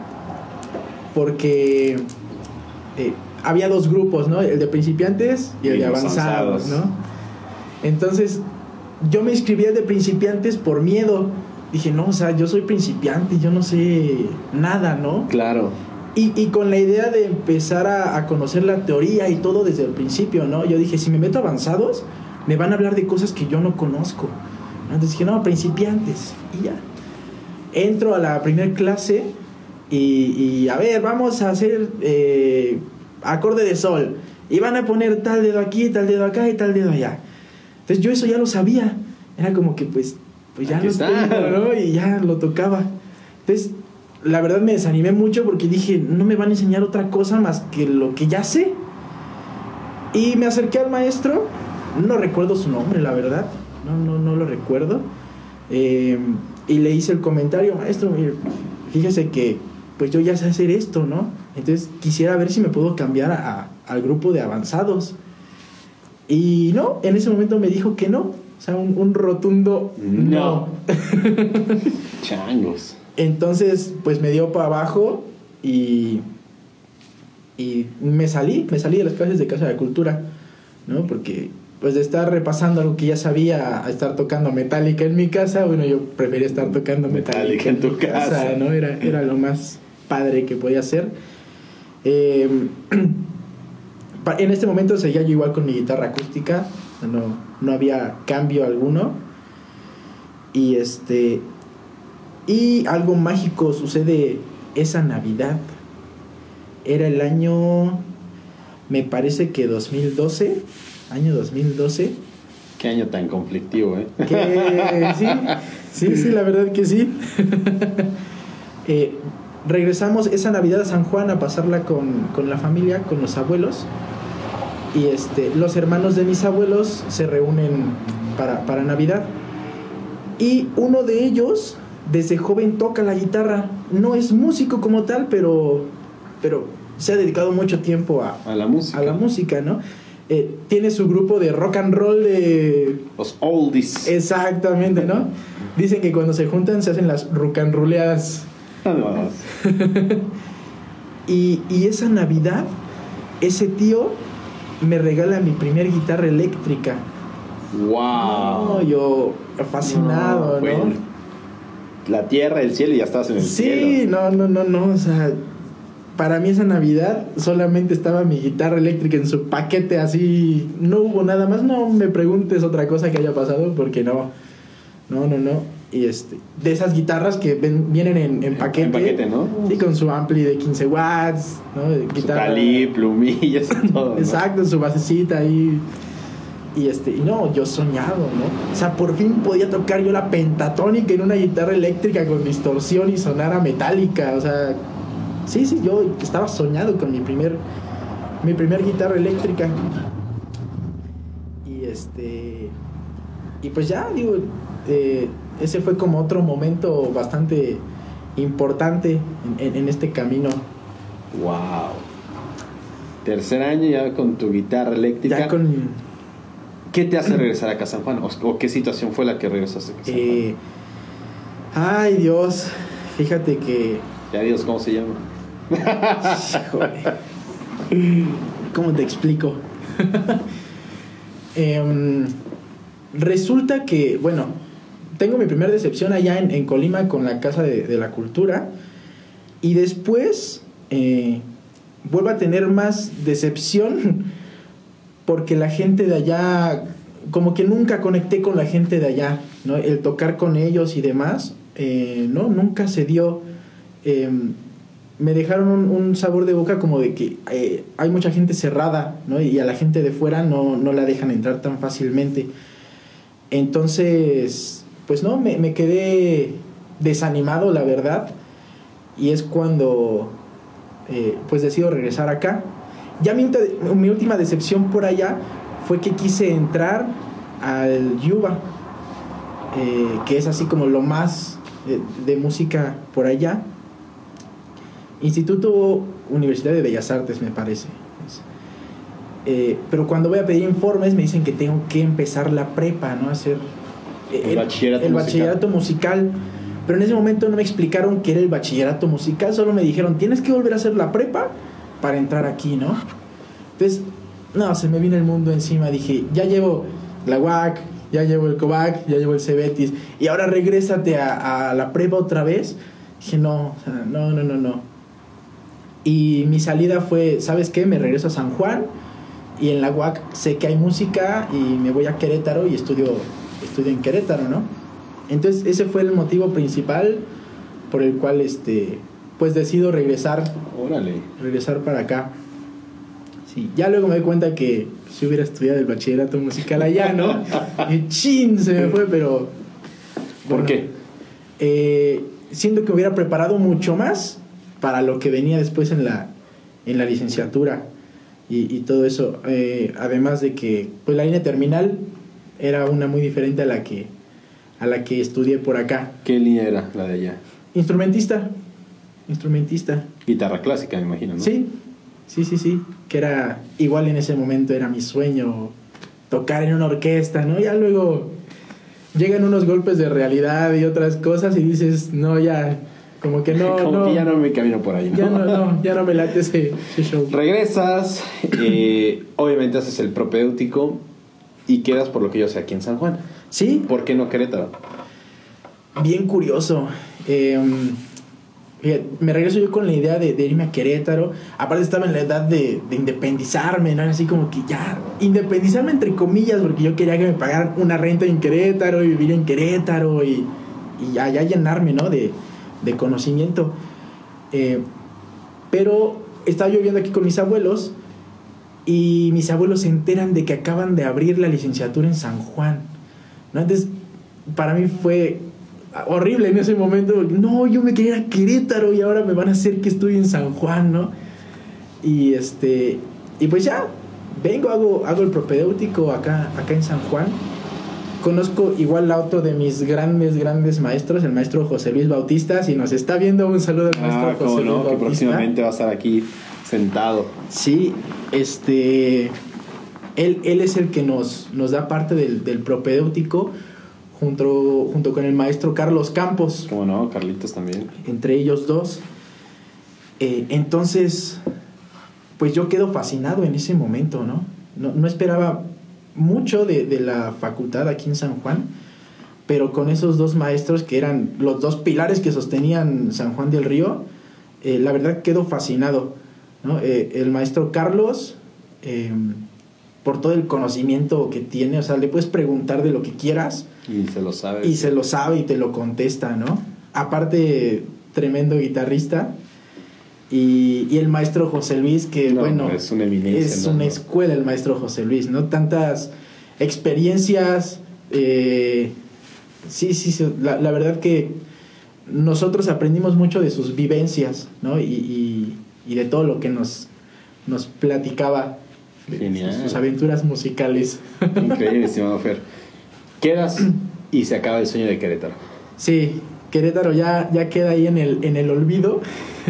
porque eh, había dos grupos, ¿no? El de principiantes y el y de avanzados, avanzados, ¿no? Entonces yo me inscribía de principiantes por miedo. Dije, no, o sea, yo soy principiante, yo no sé nada, ¿no? Claro. Y, y con la idea de empezar a, a conocer la teoría y todo desde el principio, ¿no? Yo dije, si me meto a avanzados, me van a hablar de cosas que yo no conozco. Entonces dije, no, principiantes. Y ya. Entro a la primera clase y, y, a ver, vamos a hacer eh, acorde de sol. Y van a poner tal dedo aquí, tal dedo acá y tal dedo allá. Entonces yo eso ya lo sabía. Era como que, pues, pues ya lo tengo, ¿no? Y ya lo tocaba. Entonces, la verdad me desanimé mucho porque dije, no me van a enseñar otra cosa más que lo que ya sé. Y me acerqué al maestro. No recuerdo su nombre, la verdad. No, no, no lo recuerdo. Eh, y le hice el comentario, maestro, mire, fíjese que pues yo ya sé hacer esto, ¿no? Entonces quisiera ver si me puedo cambiar a, a, al grupo de avanzados. Y no, en ese momento me dijo que no. O sea, un, un rotundo no. No. Changos. Entonces, pues me dio para abajo y, y me salí, me salí de las clases de Casa de Cultura, ¿no? Porque pues de estar repasando algo que ya sabía a estar tocando Metallica en mi casa, bueno, yo prefería estar tocando Metallica, Metallica en tu casa, casa, ¿no? Era, era lo más padre que podía hacer. Eh, en este momento seguía yo igual con mi guitarra acústica, no, no había cambio alguno. Y este... Y algo mágico sucede esa Navidad. Era el año, me parece que dos mil doce, año dos mil doce. Qué año tan conflictivo, ¿eh? Que, sí, sí, sí, la verdad que sí. eh, regresamos esa Navidad a San Juan a pasarla con, con la familia, con los abuelos. Y este, los hermanos de mis abuelos se reúnen para, para Navidad. Y uno de ellos... desde joven toca la guitarra. No es músico como tal, pero, pero se ha dedicado mucho tiempo a, a la música, a la música, ¿no? Eh, tiene su grupo de rock and roll de... los oldies. Exactamente, ¿no? Dicen que cuando se juntan se hacen las rock and rolleadas. y, y esa Navidad, ese tío me regala mi primer guitarra eléctrica. ¡Wow! No, yo fascinado, ¿no? Bueno. La tierra, el cielo y ya estás en el sí, cielo. Sí, no, no, no, no, o sea, para mí esa Navidad solamente estaba mi guitarra eléctrica en su paquete así, no hubo nada más, no me preguntes otra cosa que haya pasado porque no, no, no, no, y este, de esas guitarras que ven, vienen en, en paquete. En paquete, ¿no? Sí, con su ampli de quince watts, ¿no? De guitarra, su cali, plumillas y todo, ¿no? Exacto, su basecita ahí. Y este, y no, yo soñado, ¿no? O sea, por fin podía tocar yo la pentatónica en una guitarra eléctrica con distorsión y sonara metálica, o sea, sí, sí, yo estaba soñado con mi primer, mi primer guitarra eléctrica. Y este, y pues ya, digo, eh, ese fue como otro momento bastante importante en, en, en este camino. Wow. Tercer año ya con tu guitarra eléctrica. Ya con... ¿Qué te hace regresar acá a San Juan? ¿O, o qué situación fue la que regresaste a San Juan? Eh, ay, Dios. Fíjate que... Ya Dios, ¿cómo se llama? Joder. ¿Cómo te explico? eh, resulta que, bueno, tengo mi primera decepción allá en, en Colima con la Casa de, de la Cultura. Y después eh, vuelvo a tener más decepción... porque la gente de allá, como que nunca conecté con la gente de allá, ¿no? El tocar con ellos y demás, eh, no, nunca se dio. Eh, me dejaron un, un sabor de boca como de que eh, hay mucha gente cerrada, ¿no? Y a la gente de fuera no, no la dejan entrar tan fácilmente. Entonces, pues no, me, me quedé desanimado, la verdad. Y es cuando, eh, pues decido regresar acá. Ya mi, mi última decepción por allá fue que quise entrar al Yuba, eh, que es así como lo más de, de música por allá. Instituto Universidad de Bellas Artes, me parece. Eh, pero cuando voy a pedir informes me dicen que tengo que empezar la prepa, ¿no? Hacer el, el bachillerato, el musical. bachillerato musical. Pero en ese momento no me explicaron qué era el bachillerato musical, solo me dijeron, tienes que volver a hacer la prepa para entrar aquí, ¿no? Entonces, no, se me vino el mundo encima. Dije, ya llevo la U A C, ya llevo el Cobac, ya llevo el Cebetis, y ahora regrésate a, a la prepa otra vez. Dije, no, o sea, no, no, no, no. Y mi salida fue, ¿sabes qué? Me regreso a San Juan, y en la U A C sé que hay música, y me voy a Querétaro y estudio, estudio en Querétaro, ¿no? Entonces ese fue el motivo principal por el cual, este, pues decido regresar. Órale. Regresar para acá. Sí, ya luego me di cuenta que si hubiera estudiado el bachillerato musical allá, ¿no? Y chin, se me fue, pero... ¿Por bueno, qué? Eh, siento que me hubiera preparado mucho más para lo que venía después en la, en la licenciatura y, y todo eso. Eh, además de que pues la línea terminal era una muy diferente a la que, a la que estudié por acá. ¿Qué línea era la de allá? Instrumentista. Instrumentista. Guitarra clásica, me imagino, ¿no? Sí, sí, sí, sí. Que era, igual en ese momento era mi sueño tocar en una orquesta, ¿no? Ya luego llegan unos golpes de realidad y otras cosas y dices, no, ya, como que no, como no, que ya no me camino por ahí, ¿no? Ya no, no, ya no me late ese, ese show. Regresas, eh, obviamente haces el propedéutico y quedas, por lo que yo sé, aquí en San Juan. Sí. ¿Por qué no Querétaro? Bien curioso. Eh, me regreso yo con la idea de, de irme a Querétaro. Aparte estaba en la edad de, de independizarme, ¿no? Así como que ya, independizarme entre comillas, porque yo quería que me pagaran una renta en Querétaro y vivir en Querétaro y, y ya, ya llenarme, ¿no? De, de conocimiento. Eh, pero estaba yo viviendo aquí con mis abuelos y mis abuelos se enteran de que acaban de abrir la licenciatura en San Juan, ¿no? Entonces, para mí fue horrible en ese momento. No, yo me quería ir a Querétaro y ahora me van a hacer que estudie en San Juan, ¿no? Y este y pues ya vengo, hago, hago el propedéutico acá, acá en San Juan. Conozco igual a otro de mis grandes, grandes maestros, el maestro José Luis Bautista. Si nos está viendo, un saludo al maestro ah, José Luis no, Bautista. Que próximamente va a estar aquí sentado. Sí, este él, él es el que nos, nos da parte del, del propedéutico, junto, junto con el maestro Carlos Campos. ¿Cómo no? Carlitos también. Entre ellos dos. Eh, entonces, pues yo quedo fascinado en ese momento, ¿no? No, no esperaba mucho de, de la facultad aquí en San Juan, pero con esos dos maestros que eran los dos pilares que sostenían San Juan del Río, eh, la verdad quedo fascinado, ¿no? Eh, el maestro Carlos, eh, por todo el conocimiento que tiene, o sea, le puedes preguntar de lo que quieras y se lo sabe. Y se lo sabe y te lo contesta, ¿no? Aparte, tremendo guitarrista. Y, y el maestro José Luis, que no, bueno, es una eminencia, es no, una no. escuela el maestro José Luis, ¿no? Tantas experiencias, eh, sí, sí, sí, la, la verdad que nosotros aprendimos mucho de sus vivencias, ¿no? Y, y, y de todo lo que nos, nos platicaba. Genial. Sus, sus aventuras musicales. Increíble, estimado Fer. Quedas y se acaba el sueño de Querétaro. Sí, Querétaro ya, ya queda ahí en el, en el olvido.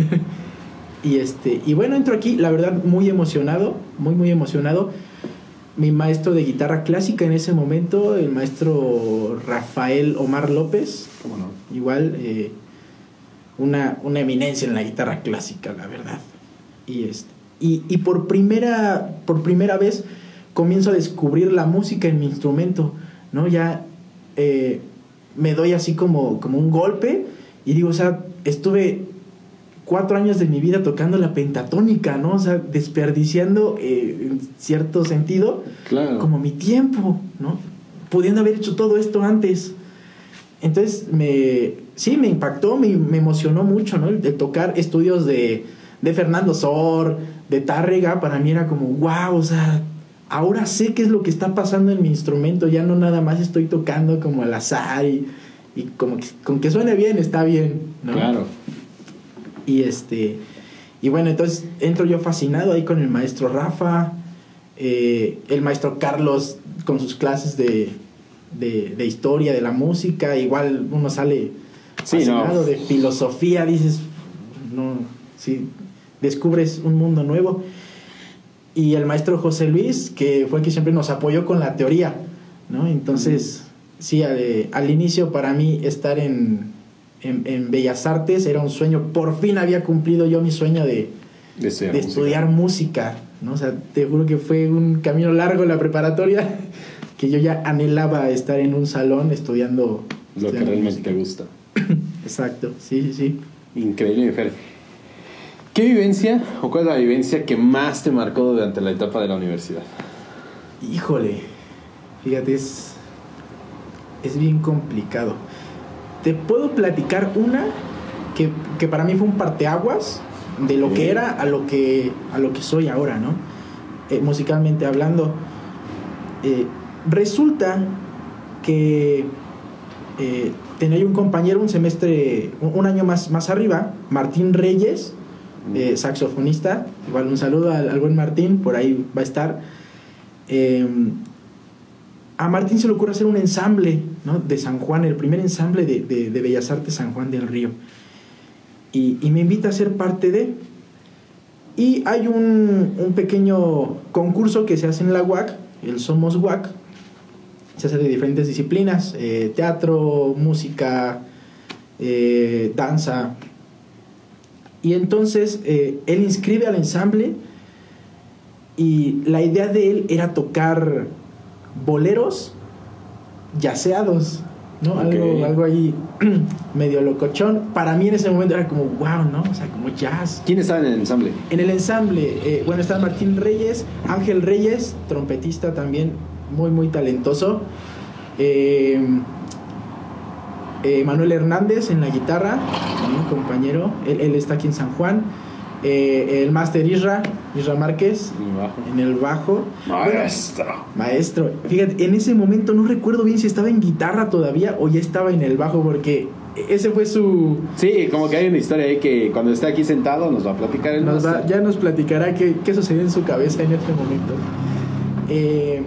y este y bueno, entro aquí, la verdad, muy emocionado, muy, muy emocionado. Mi maestro de guitarra clásica en ese momento, el maestro Rafael Omar López. ¿Cómo no? Igual, eh, una, una eminencia en la guitarra clásica, la verdad. Y este y, y por primera por primera vez comienzo a descubrir la música en mi instrumento, ¿no? Ya eh, me doy así como, como un golpe y digo, o sea, estuve cuatro años de mi vida tocando la pentatónica, ¿no? O sea, desperdiciando eh, en cierto sentido, claro, como mi tiempo, ¿no? Pudiendo haber hecho todo esto antes. Entonces, me sí, me impactó, me, me emocionó mucho, ¿no? El, el tocar estudios de, de Fernando Sor, de Tárrega, para mí era como, wow, o sea, ahora sé qué es lo que está pasando en mi instrumento, ya no nada más estoy tocando como al azar y, y como que, con que suene bien está bien, ¿no? Claro. Y este y bueno, entonces entro yo fascinado ahí con el maestro Rafa, eh, el maestro Carlos con sus clases de, de, de historia de la música, igual uno sale fascinado, sí, no, de filosofía, dices, no, sí, descubres un mundo nuevo. Y el maestro José Luis, que fue el que siempre nos apoyó con la teoría, ¿no? Entonces, uh-huh. sí, al, al inicio para mí estar en, en, en Bellas Artes era un sueño. Por fin había cumplido yo mi sueño de, de, estudiar, de música. estudiar música, ¿no? O sea, te juro que fue un camino largo la preparatoria, que yo ya anhelaba estar en un salón estudiando. Lo que realmente te gusta. Exacto, sí, sí, sí. Increíble, Fer. ¿Qué vivencia o cuál es la vivencia que más te marcó durante la etapa de la universidad? Híjole, fíjate, es, es bien complicado. Te puedo platicar una que, que para mí fue un parteaguas de lo que era a lo que, a lo que soy ahora, ¿no? Eh, musicalmente hablando. Eh, resulta que eh, tenía un compañero un semestre, un, un año más, más arriba, Martín Reyes, eh, saxofonista. Igual un saludo al, al buen Martín, por ahí va a estar. Eh, a Martín se le ocurre hacer un ensamble, ¿no? De San Juan, el primer ensamble de, de, de Bellas Artes San Juan del Río. Y, y me invita a ser parte de. Y hay un, un pequeño concurso que se hace en la U A C, el Somos U A C. Se hace de diferentes disciplinas: eh, teatro, música, eh, danza. Y entonces eh, él inscribe al ensamble. Y la idea de él era tocar boleros yaceados, ¿no? Okay. Algo, algo ahí medio locochón. Para mí en ese momento era como wow, ¿no? O sea, como jazz. ¿Quién estaba en el ensamble? En el ensamble, eh, bueno, estaba Martín Reyes, Ángel Reyes, trompetista también, muy, muy talentoso. Eh, eh, Manuel Hernández en la guitarra, mi compañero, él, él está aquí en San Juan. Eh, el máster Isra, Isra Márquez, en el bajo. Maestro. Bueno, maestro. Fíjate, en ese momento no recuerdo bien si estaba en guitarra todavía o ya estaba en el bajo, porque ese fue su... Sí, como que hay una historia ahí que cuando esté aquí sentado nos va a platicar el nos va, Ya nos platicará qué, qué sucedió en su cabeza en ese momento. Eh,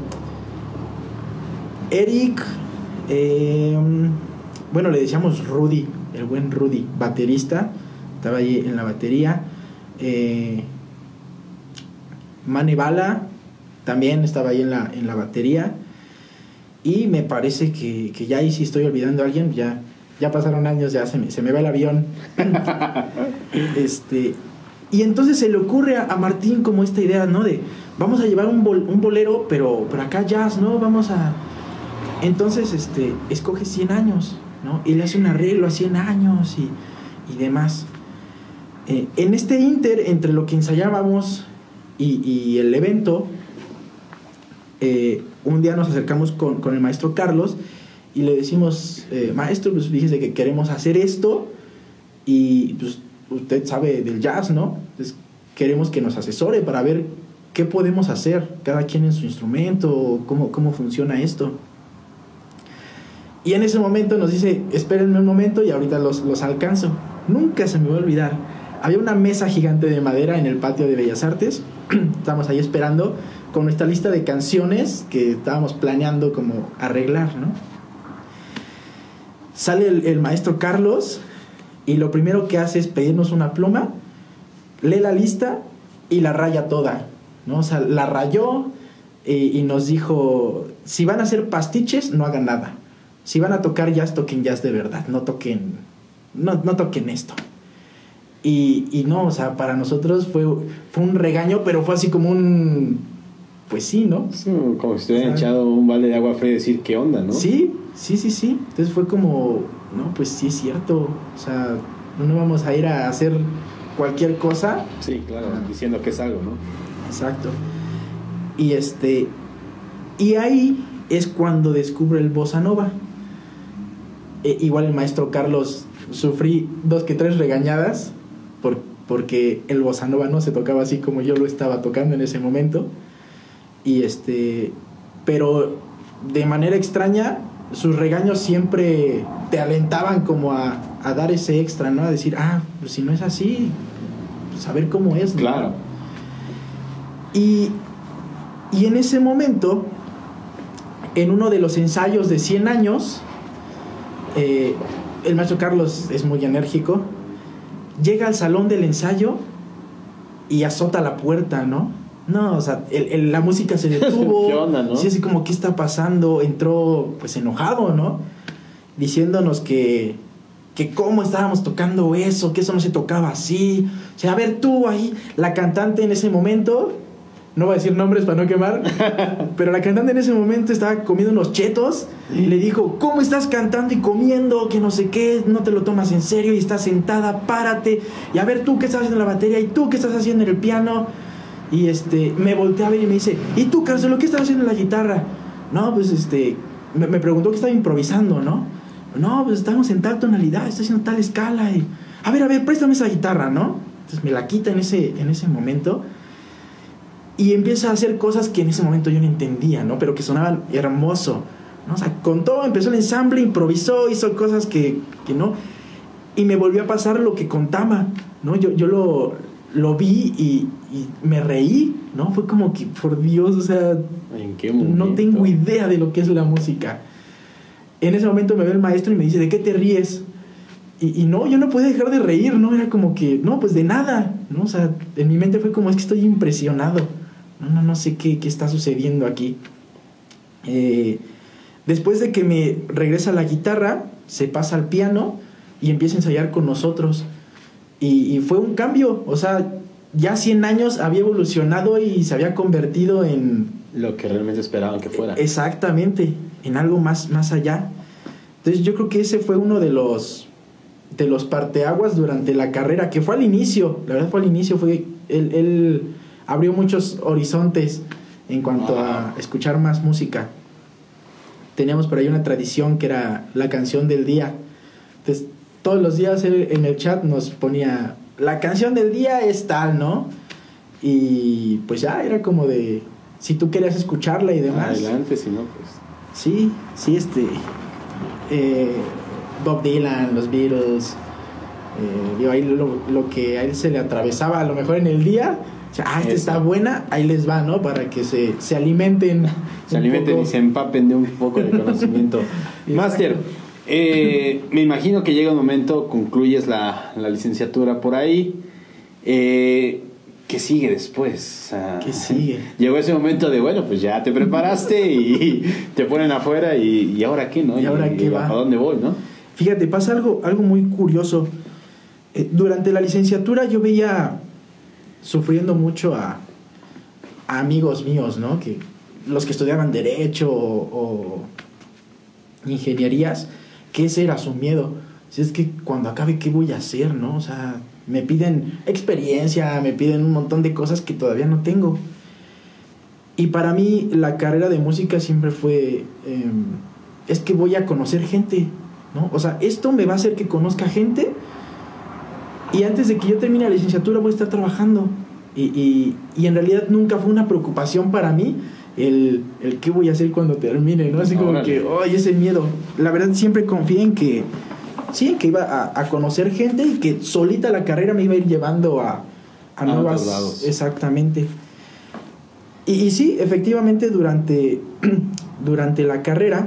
Eric, eh, bueno, le decíamos Rudy, el buen Rudy, baterista, estaba ahí en la batería. Eh, Mane Bala también estaba ahí en la, en la batería. Y me parece que, que ya ahí sí estoy olvidando a alguien. Ya, ya pasaron años, ya se me, se me va el avión. este, y entonces se le ocurre a, a Martín como esta idea, ¿no? De vamos a llevar un, bol, un bolero, pero, pero acá jazz, ¿no? Vamos a... Entonces este, escoge cien años, ¿no? Y le hace un arreglo a cien años y, y demás. Eh, en este inter, entre lo que ensayábamos y, y el evento, eh, un día nos acercamos con, con el maestro Carlos y le decimos, eh, maestro, pues fíjese que queremos hacer esto y pues usted sabe del jazz, ¿no? Entonces queremos que nos asesore para ver qué podemos hacer, cada quien en su instrumento, cómo, cómo funciona esto. Y en ese momento nos dice, espérenme un momento y ahorita los, los alcanzo. Nunca se me va a olvidar. Había una mesa gigante de madera en el patio de Bellas Artes. Estábamos ahí esperando con nuestra lista de canciones que estábamos planeando como arreglar, ¿no? Sale el, el maestro Carlos y lo primero que hace es pedirnos una pluma, lee la lista y la raya toda, ¿no? O sea, la rayó y, y nos dijo, si van a hacer pastiches, no hagan nada. Si van a tocar jazz, toquen jazz de verdad, no toquen, no, no toquen esto. Y, y no, o sea, para nosotros fue, fue un regaño, pero fue así como un... Pues sí, ¿no? Sí, como si te hubieran echado un balde de agua fría y decir, ¿qué onda, no? Sí, sí, sí, sí. Entonces fue como, no, pues sí es cierto. O sea, no vamos a ir a hacer cualquier cosa. Sí, claro, diciendo que es algo, ¿no? Exacto. Y este... Y ahí es cuando descubre el bossa nova. Eh, igual el maestro Carlos, sufrí dos que tres regañadas por, porque el bossa nova no se tocaba así como yo lo estaba tocando en ese momento. Y este, pero de manera extraña sus regaños siempre te alentaban como a, a dar ese extra, ¿no? A decir, ah, pues si no es así, pues a ver cómo es, ¿no? Claro. Y, y en ese momento, en uno de los ensayos de cien años, eh, el maestro Carlos es muy enérgico, llega al salón del ensayo y azota la puerta, ¿no? No, o sea, el, el, la música se detuvo. ¿Qué onda, no? Sí, así como, ¿qué está pasando? Entró, pues, enojado, ¿no? Diciéndonos que, que cómo estábamos tocando eso, que eso no se tocaba así. O sea, a ver, tú ahí, la cantante en ese momento, no voy a decir nombres para no quemar, pero la cantante en ese momento estaba comiendo unos chetos y le dijo, ¿cómo estás cantando y comiendo? Que no sé qué, no te lo tomas en serio y estás sentada, párate. Y a ver, tú qué estás haciendo en la batería y tú qué estás haciendo en el piano. Y este, me volteé a ver y me dice, ¿y tú, Carcelo, qué estás haciendo en la guitarra? No, pues este, me, me preguntó que estaba improvisando, ¿no? No, pues estamos en tal tonalidad, estoy haciendo tal escala. Y, a ver, a ver, préstame esa guitarra, ¿no? Entonces me la quita en ese, en ese momento. Y empieza a hacer cosas que en ese momento yo no entendía, ¿no? Pero que sonaban hermoso, ¿no? O sea, con todo empezó el ensamble, improvisó, hizo cosas que, que no. Y me volvió a pasar lo que contaba, ¿no? Yo, yo lo, lo vi y, y me reí, ¿no? Fue como que, por Dios, o sea, ¿en qué momento? No tengo idea de lo que es la música. En ese momento me ve el maestro y me dice, ¿de qué te ríes? Y, y no, yo no podía dejar de reír, ¿no? Era como que, no, pues de nada, ¿no? O sea, en mi mente fue como, es que estoy impresionado. No, no, no sé qué, qué está sucediendo aquí. Eh, después de que me regresa la guitarra, se pasa al piano y empieza a ensayar con nosotros. Y, y fue un cambio, o sea, ya cien años había evolucionado y se había convertido en... lo que realmente esperaban que fuera. Exactamente, en algo más, más allá. Entonces yo creo que ese fue uno de los, de los parteaguas durante la carrera, que fue al inicio, la verdad fue al inicio, fue él... él abrió muchos horizontes en cuanto a escuchar más música. Teníamos por ahí una tradición que era la canción del día. Entonces, todos los días él en el chat nos ponía, la canción del día es tal, ¿no? Y pues ya era como de, si tú querías escucharla y demás. Adelante, si no, pues... Sí, sí, este... Eh, Bob Dylan, los Beatles... Eh, digo, ahí lo, lo que a él se le atravesaba a lo mejor en el día... O sea, ah, esta está buena, ahí les va, ¿no? Para que se, se alimenten. Se alimenten poco. Y se empapen de un poco de conocimiento. Máster, eh, me imagino que llega un momento, concluyes la, la licenciatura por ahí. Eh, ¿Qué sigue después? O sea, ¿qué sigue? Llegó ese momento de, bueno, pues ya te preparaste y te ponen afuera y, y ¿ahora qué, no? ¿Y ahora y, qué y va? ¿Para dónde voy, no? Fíjate, pasa algo, algo muy curioso. Eh, durante la licenciatura yo veía... sufriendo mucho a, a amigos míos, ¿no? Que los que estudiaban derecho o, o ingenierías, que ese era su miedo. Si es que cuando acabe, ¿qué voy a hacer, no? O sea, me piden experiencia, me piden un montón de cosas que todavía no tengo. Y para mí la carrera de música siempre fue, eh, es que voy a conocer gente, ¿no? O sea, esto me va a hacer que conozca gente. Y antes de que yo termine la licenciatura voy a estar trabajando. Y, y, y en realidad nunca fue una preocupación para mí el, el qué voy a hacer cuando termine, ¿no? Así como que, ¡ay, ese miedo! La verdad siempre confié en que, sí, que iba a, a conocer gente y que solita la carrera me iba a ir llevando a, a, a nuevas... lados. Exactamente. Y, y sí, efectivamente durante, durante la carrera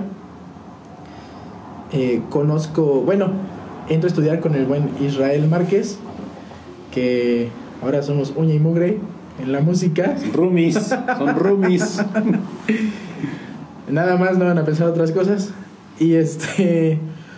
eh, conozco, bueno... entro a estudiar con el buen Israel Márquez, que ahora somos uña y mugre en la música. Roomies, son roomies. Nada más no van a pensar otras cosas. Y este...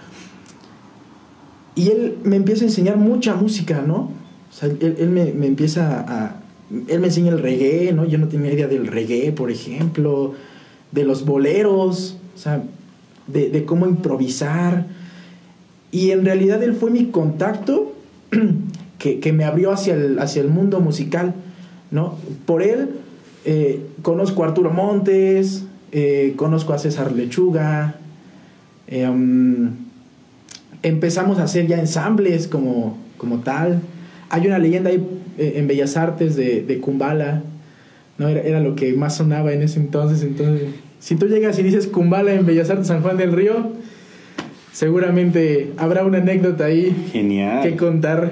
Y él me empieza a enseñar mucha música, ¿no? O sea, él, él me, me empieza a... Él me enseña el reggae, ¿no? Yo no tenía idea del reggae, por ejemplo. De los boleros. O sea, de, de cómo improvisar. Y en realidad él fue mi contacto que, que me abrió hacia el, hacia el mundo musical, ¿no? Por él eh, conozco a Arturo Montes, eh, conozco a César Lechuga, eh, um, empezamos a hacer ya ensambles como, como tal. Hay una leyenda ahí eh, en Bellas Artes de, de Kumbala, ¿no? Era, era lo que más sonaba en ese entonces. Entonces, si tú llegas y dices Kumbala en Bellas Artes San Juan del Río, seguramente habrá una anécdota ahí. Genial. Que contar.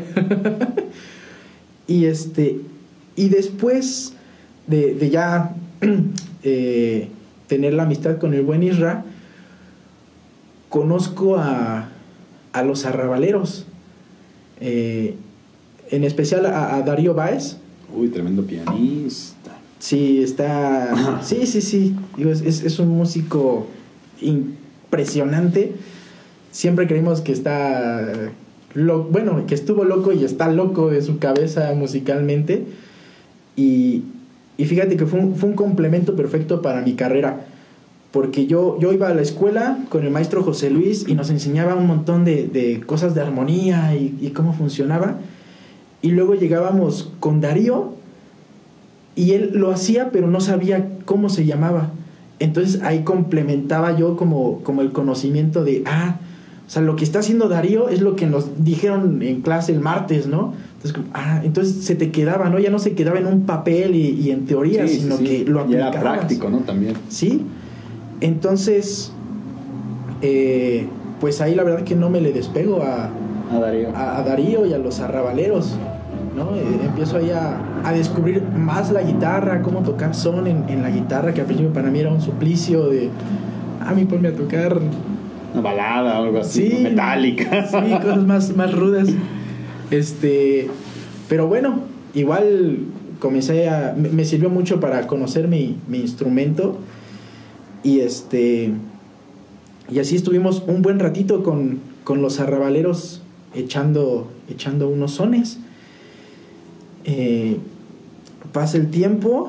y este y después de, de ya eh, tener la amistad con el buen Isra, conozco a, a los arrabaleros, eh, en especial a, a Darío Báez. Uy, tremendo pianista. Sí, está... sí, sí, sí. Digo, es, es un músico impresionante. Siempre creímos que está... Lo, bueno, que estuvo loco y está loco de su cabeza musicalmente. Y, y fíjate que fue un, fue un complemento perfecto para mi carrera, porque yo, yo iba a la escuela con el maestro José Luis y nos enseñaba un montón de, de cosas de armonía y, y cómo funcionaba, y luego llegábamos con Darío y él lo hacía pero no sabía cómo se llamaba. Entonces ahí complementaba yo como, como el conocimiento de, ah, o sea, lo que está haciendo Darío es lo que nos dijeron en clase el martes, ¿no? Entonces, como, ah, entonces se te quedaba, ¿no? Ya no se quedaba en un papel y, y en teoría, sí, sino sí, que lo aplicabas. Y era práctico, ¿no? También. Sí. Entonces, eh, pues ahí la verdad que no me le despego a, a, Darío. A, a Darío y a los arrabaleros, ¿no? Eh, empiezo ahí a, a descubrir más la guitarra, cómo tocar son en, en la guitarra, que al principio para mí era un suplicio de, a mí ponme a tocar una balada o algo así, sí, metálica. Sí, cosas más, más rudas. Este, pero bueno, igual comencé a, me, me sirvió mucho para conocer mi, mi instrumento, y este, y así estuvimos un buen ratito con, con los arrabaleros echando, echando unos sones. Eh, pasa el tiempo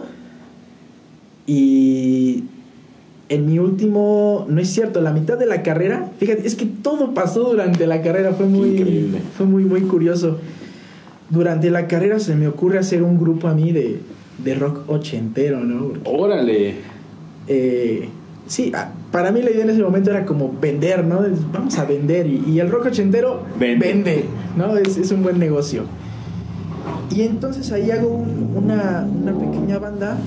y en mi último, no es cierto, la mitad de la carrera, fíjate, es que todo pasó durante la carrera, fue muy, increíble. Fue muy, muy curioso. Durante la carrera se me ocurre hacer un grupo a mí de, de rock ochentero, ¿no? Porque, ¡órale! Eh, sí, para mí la idea en ese momento era como vender, ¿no? Vamos a vender, y, y el rock ochentero vende, vende ¿no? Es, es un buen negocio. Y entonces ahí hago un, una, una pequeña banda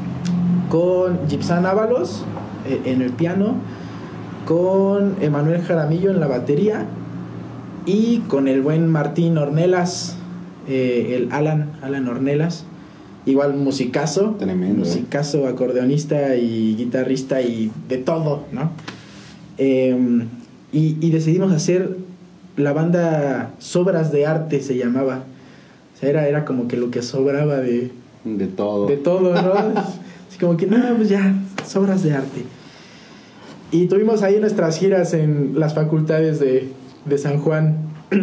con Gibson Ábalos eh, en el piano, con Emanuel Jaramillo en la batería y con el buen Martín Ornelas, eh, el Alan, Alan Ornelas, igual musicazo, tremendo, musicazo, acordeonista y guitarrista y de todo, ¿no? Eh, y, y decidimos hacer la banda Sobras de Arte, se llamaba. O sea, era, era como que lo que sobraba de... De todo. De todo, ¿no? Así como que, no, pues ya, Sobras de Arte. Y tuvimos ahí nuestras giras en las facultades de, de San Juan,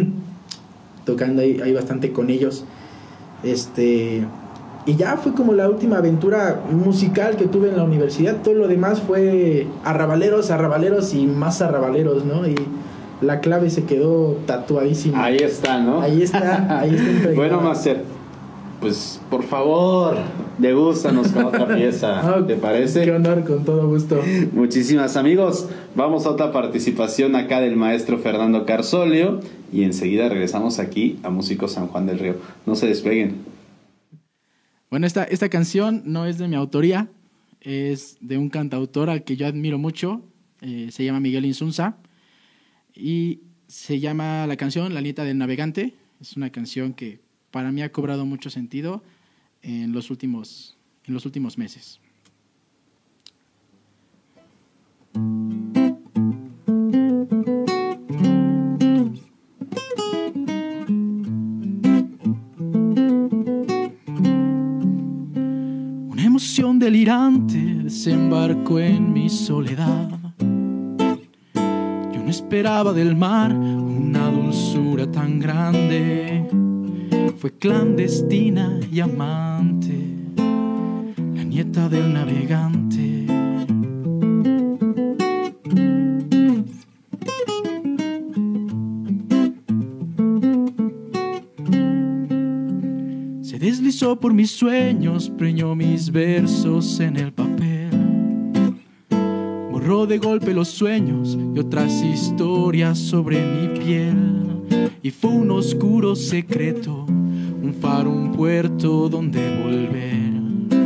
tocando ahí, ahí bastante con ellos. Este... Y ya fue como la última aventura musical que tuve en la universidad. Todo lo demás fue arrabaleros, arrabaleros y más arrabaleros, ¿no? Y la clave se quedó tatuadísima. Ahí está, ¿no? Ahí está, ahí está impregnada. Bueno, Master, pues por favor, degústanos con otra pieza. Oh, ¿te parece? Qué honor, con todo gusto. Muchísimas, amigos. Vamos a otra participación acá del maestro Fernando Carzolio y enseguida regresamos aquí a Músicos San Juan del Río. No se despeguen. Bueno, esta, esta canción no es de mi autoría, es de un cantautor al que yo admiro mucho, eh, se llama Miguel Insunza, y se llama la canción La Nieta del Navegante. Es una canción que para mí ha cobrado mucho sentido en los últimos, en los últimos meses. Emoción delirante desembarcó en mi soledad. Yo no esperaba del mar una dulzura tan grande. Fue clandestina y amante, la nieta del navegante. Deslizó por mis sueños, preñó mis versos en el papel. Borró de golpe los sueños y otras historias sobre mi piel. Y fue un oscuro secreto, un faro, un puerto donde volver.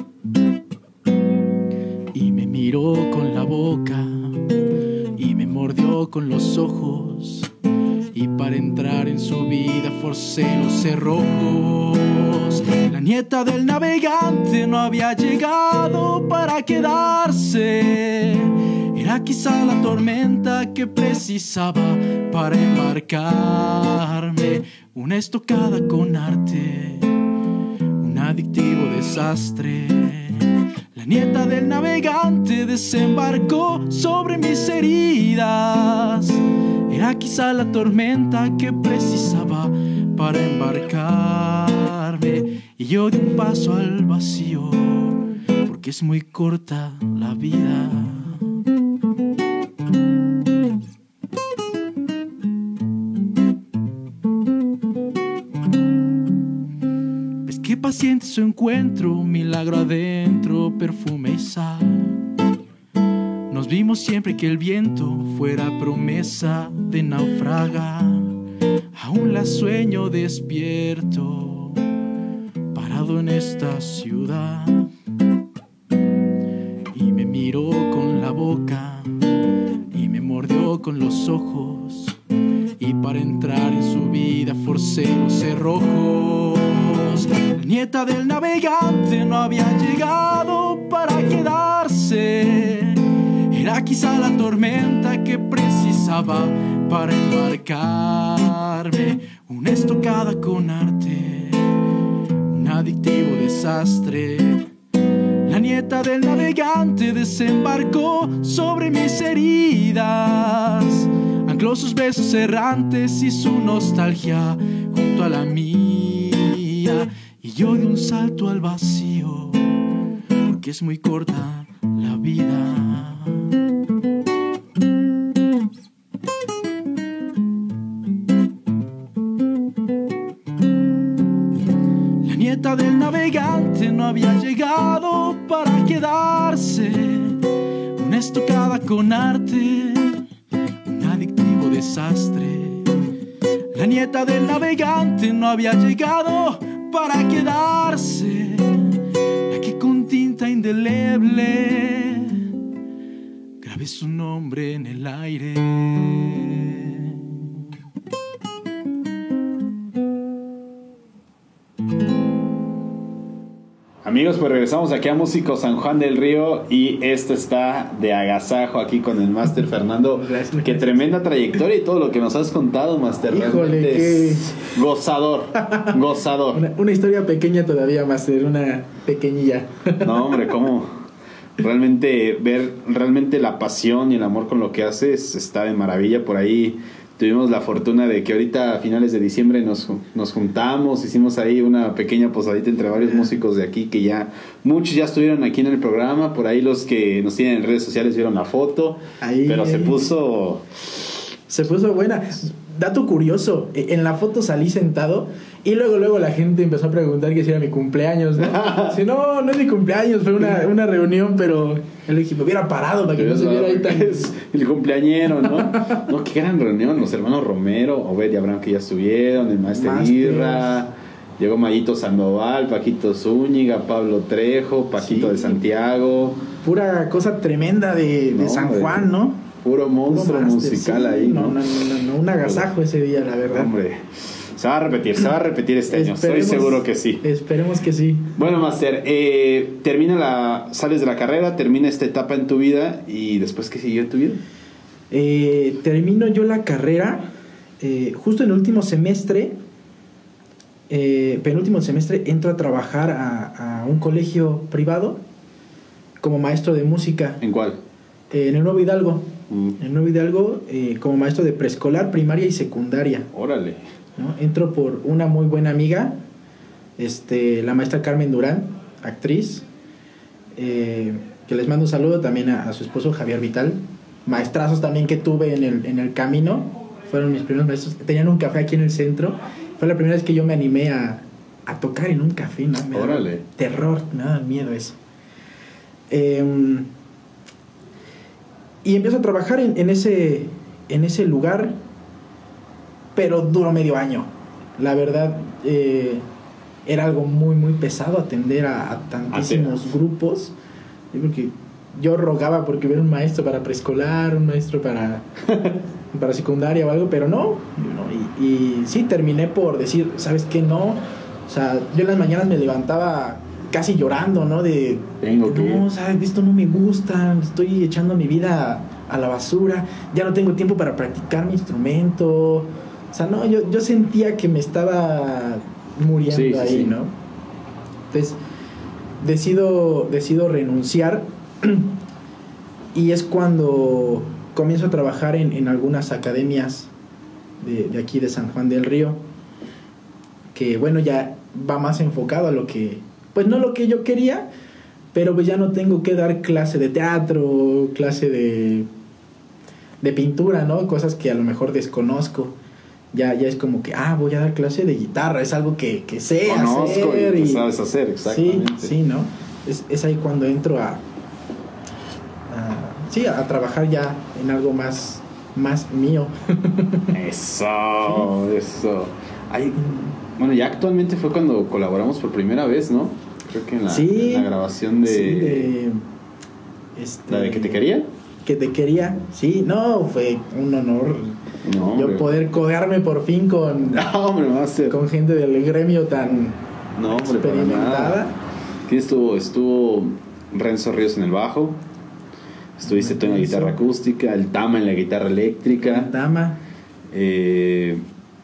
Y me miró con la boca y me mordió con los ojos. Y para entrar en su vida forcé los cerrojos. La nieta del navegante no había llegado para quedarse. Era quizá la tormenta que precisaba para embarcarme. Una estocada con arte, un adictivo desastre. La nieta del navegante desembarcó sobre mis heridas. Era quizá la tormenta que precisaba para embarcarme. Y yo di un paso al vacío, porque es muy corta la vida. Ves que paciente su encuentro, milagro adentro, perfume y sal. Nos vimos siempre que el viento fuera promesa de naufragar. Aún la sueño despierto, parado en esta ciudad. Y me miró con la boca y me mordió con los ojos. Y para entrar en su vida forcé los cerrojos. La nieta del navegante no había llegado para quedarse. Era quizá la tormenta que precisaba para embarcarme. Una estocada con arte, un adictivo desastre. La nieta del navegante desembarcó sobre mis heridas. Ancló sus besos errantes y su nostalgia junto a la mía. Y yo di un salto al vacío, porque es muy corta la vida. La nieta del navegante no había llegado para quedarse. Una estocada con arte, un adictivo desastre. La nieta del navegante no había llegado para quedarse. La que con tinta indeleble grabé su nombre en el aire. Amigos, pues regresamos aquí a Músico San Juan del Río y esto está de agasajo aquí con el Máster Fernando. Gracias. Qué tremenda trayectoria y todo lo que nos has contado, Máster. Híjole, realmente es gozador, gozador. Una, una historia pequeña todavía, Máster, una pequeñilla. No, hombre, cómo realmente ver realmente la pasión y el amor con lo que haces está de maravilla. Por ahí tuvimos la fortuna de que ahorita a finales de diciembre nos, nos juntamos, hicimos ahí una pequeña posadita entre varios músicos de aquí que ya, muchos ya estuvieron aquí en el programa, por ahí los que nos tienen en redes sociales vieron la foto, ahí, pero se puso... Se puso buena. Dato curioso, en la foto salí sentado y luego luego la gente empezó a preguntar que si era mi cumpleaños, ¿no? Si no, no es mi cumpleaños, fue una, una reunión, pero yo le dije, me hubiera parado para que no se viera ahí tan... Es el cumpleañero, ¿no? No, qué gran reunión, los hermanos Romero, Obed y Abraham que ya estuvieron, el Maestro Irra, llegó Mayito Sandoval, Paquito Zúñiga, Pablo Trejo, Paquito sí. de Santiago. Pura cosa tremenda de, de no, San Juan, ¿no? Puro monstruo Puro master, musical sí. ahí, ¿no? No, no, no, no, un agasajo ese día, la verdad. Hombre, se va a repetir, se va a repetir este año, estoy seguro que sí. Esperemos que sí. Bueno, Máster, eh, termina la, sales de la carrera, termina esta etapa en tu vida y después, ¿qué siguió en tu vida? Eh, termino yo la carrera, eh, justo en el último semestre, eh, penúltimo semestre, entro a trabajar a, a un colegio privado como maestro de música. ¿En cuál? Eh, en el Nuevo Hidalgo. Mm. En el Nuevo Hidalgo, eh, como maestro de preescolar, primaria y secundaria. Órale. ¿No? Entro por una muy buena amiga, este, la maestra Carmen Durán, actriz, eh, que les mando un saludo también a, a su esposo Javier Vital, maestrazos también que tuve en el, en el camino, fueron mis primeros maestros, tenían un café aquí en el centro, fue la primera vez que yo me animé a, a tocar en un café, ¿no? Me Órale. daba terror, me daba miedo eso. Eh, y empiezo a trabajar en, en, ese, en ese lugar, pero duró medio año. La verdad, eh, era algo muy, muy pesado atender a, a tantísimos Así. grupos. Porque yo rogaba porque hubiera un maestro para preescolar, un maestro para, para secundaria o algo, pero no. no y, y sí, terminé por decir, ¿sabes qué? No. O sea, yo en las mañanas me levantaba casi llorando, ¿no? De, tengo que... no, ¿sabes? Esto no me gusta, estoy echando mi vida a la basura, ya no tengo tiempo para practicar mi instrumento. O sea, no, yo, yo sentía que me estaba muriendo sí, sí, ahí, sí. ¿no? Entonces, decido, decido renunciar y es cuando comienzo a trabajar en, en algunas academias de, de aquí de San Juan del Río, que bueno, ya va más enfocado a lo que, pues no lo que yo quería, pero pues ya no tengo que dar clase de teatro, clase de, de pintura, ¿no? Cosas que a lo mejor desconozco. Ya, ya es como que, ah, voy a dar clase de guitarra, es algo que, que sé Conozco hacer. y, Y sabes hacer, exactamente. Sí, sí, ¿no? Es, es ahí cuando entro a, a, sí, a trabajar ya en algo más, más mío. Eso, eso. Ay, bueno, ya actualmente fue cuando colaboramos por primera vez, ¿no? Creo que en la, sí, en la grabación de... Sí, de este, ¿La de Que Te Quería? Que Te Quería, sí, no, fue un honor no, yo hombre. poder codearme por fin con, no, hombre, Master. con gente del gremio tan no, hombre, experimentada. Aquí estuvo, estuvo Renzo Ríos en el bajo, estuviste tú en la guitarra acústica, el Tama en la guitarra eléctrica. Tama. Eh,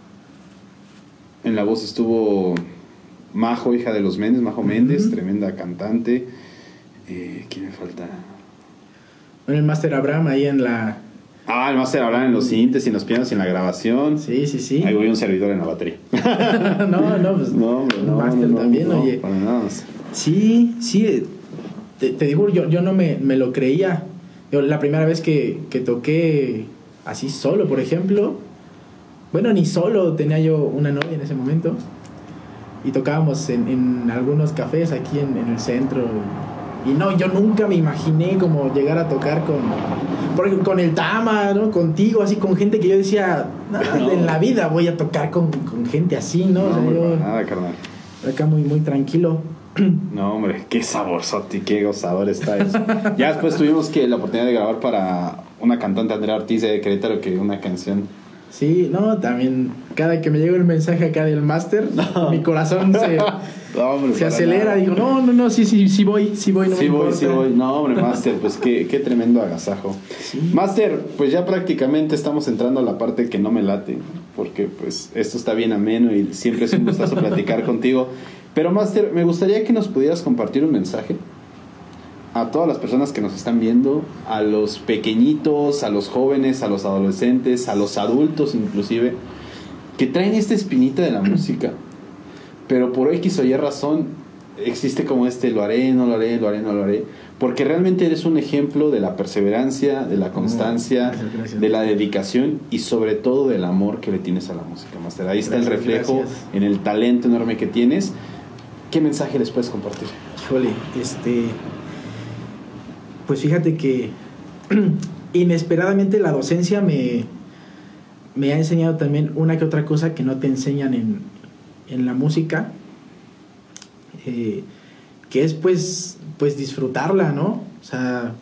en la voz estuvo Majo, hija de los Méndez, Majo Méndez, uh-huh. tremenda cantante. Eh, ¿Quién me falta? Bueno, el Máster Abraham ahí en la... Ah, el Máster Abraham en los sintes y en los pianos y en la grabación. Sí, sí, sí. Ahí voy un servidor en la batería. no, no, pues... No, hombre, no, Máster no, también, no, oye. Para nada más. Sí, sí. Te, te digo, yo, yo no me, me lo creía. Yo, la primera vez que, que toqué así solo, por ejemplo... Bueno, ni solo, tenía yo una novia en ese momento. Y tocábamos en, en algunos cafés aquí en, en el centro. Y no, yo nunca me imaginé como llegar a tocar con, por, con el Tama, ¿no? Contigo, así con gente que yo decía, nada, no. en la vida voy a tocar con, con gente así, ¿no? No, o sea, hombre, yo, nada, carnal. Acá muy, muy tranquilo. No, hombre, qué saborzote, qué gozador está eso. Ya después tuvimos que la oportunidad de grabar para una cantante, Andrea Ortiz de Querétaro, que una canción... Sí, no, también cada que me llega el mensaje acá del máster, no. mi corazón se, no, hombre, se acelera. Nada. Digo, no, no, no, sí, sí, sí voy, sí voy, no sí me voy, importa. sí voy. No, hombre, máster, pues qué, qué tremendo agasajo. Sí. Máster, pues ya prácticamente estamos entrando a la parte que no me late, porque pues esto está bien ameno y siempre es un gustazo platicar contigo. Pero máster, me gustaría que nos pudieras compartir un mensaje a todas las personas que nos están viendo, a los pequeñitos, a los jóvenes, a los adolescentes, a los adultos inclusive, que traen esta espinita de la música, pero por X o Y razón existe como este, lo haré, no lo haré, lo haré, no lo haré, porque realmente eres un ejemplo de la perseverancia, de la constancia, gracias, gracias. de la dedicación y sobre todo del amor que le tienes a la música, Máster. Ahí está gracias, el reflejo gracias. en el talento enorme que tienes. ¿Qué mensaje les puedes compartir? Híjole, este... Pues fíjate que inesperadamente la docencia me, me ha enseñado también una que otra cosa que no te enseñan en, en la música, eh, que es pues, pues disfrutarla, ¿no? O sea,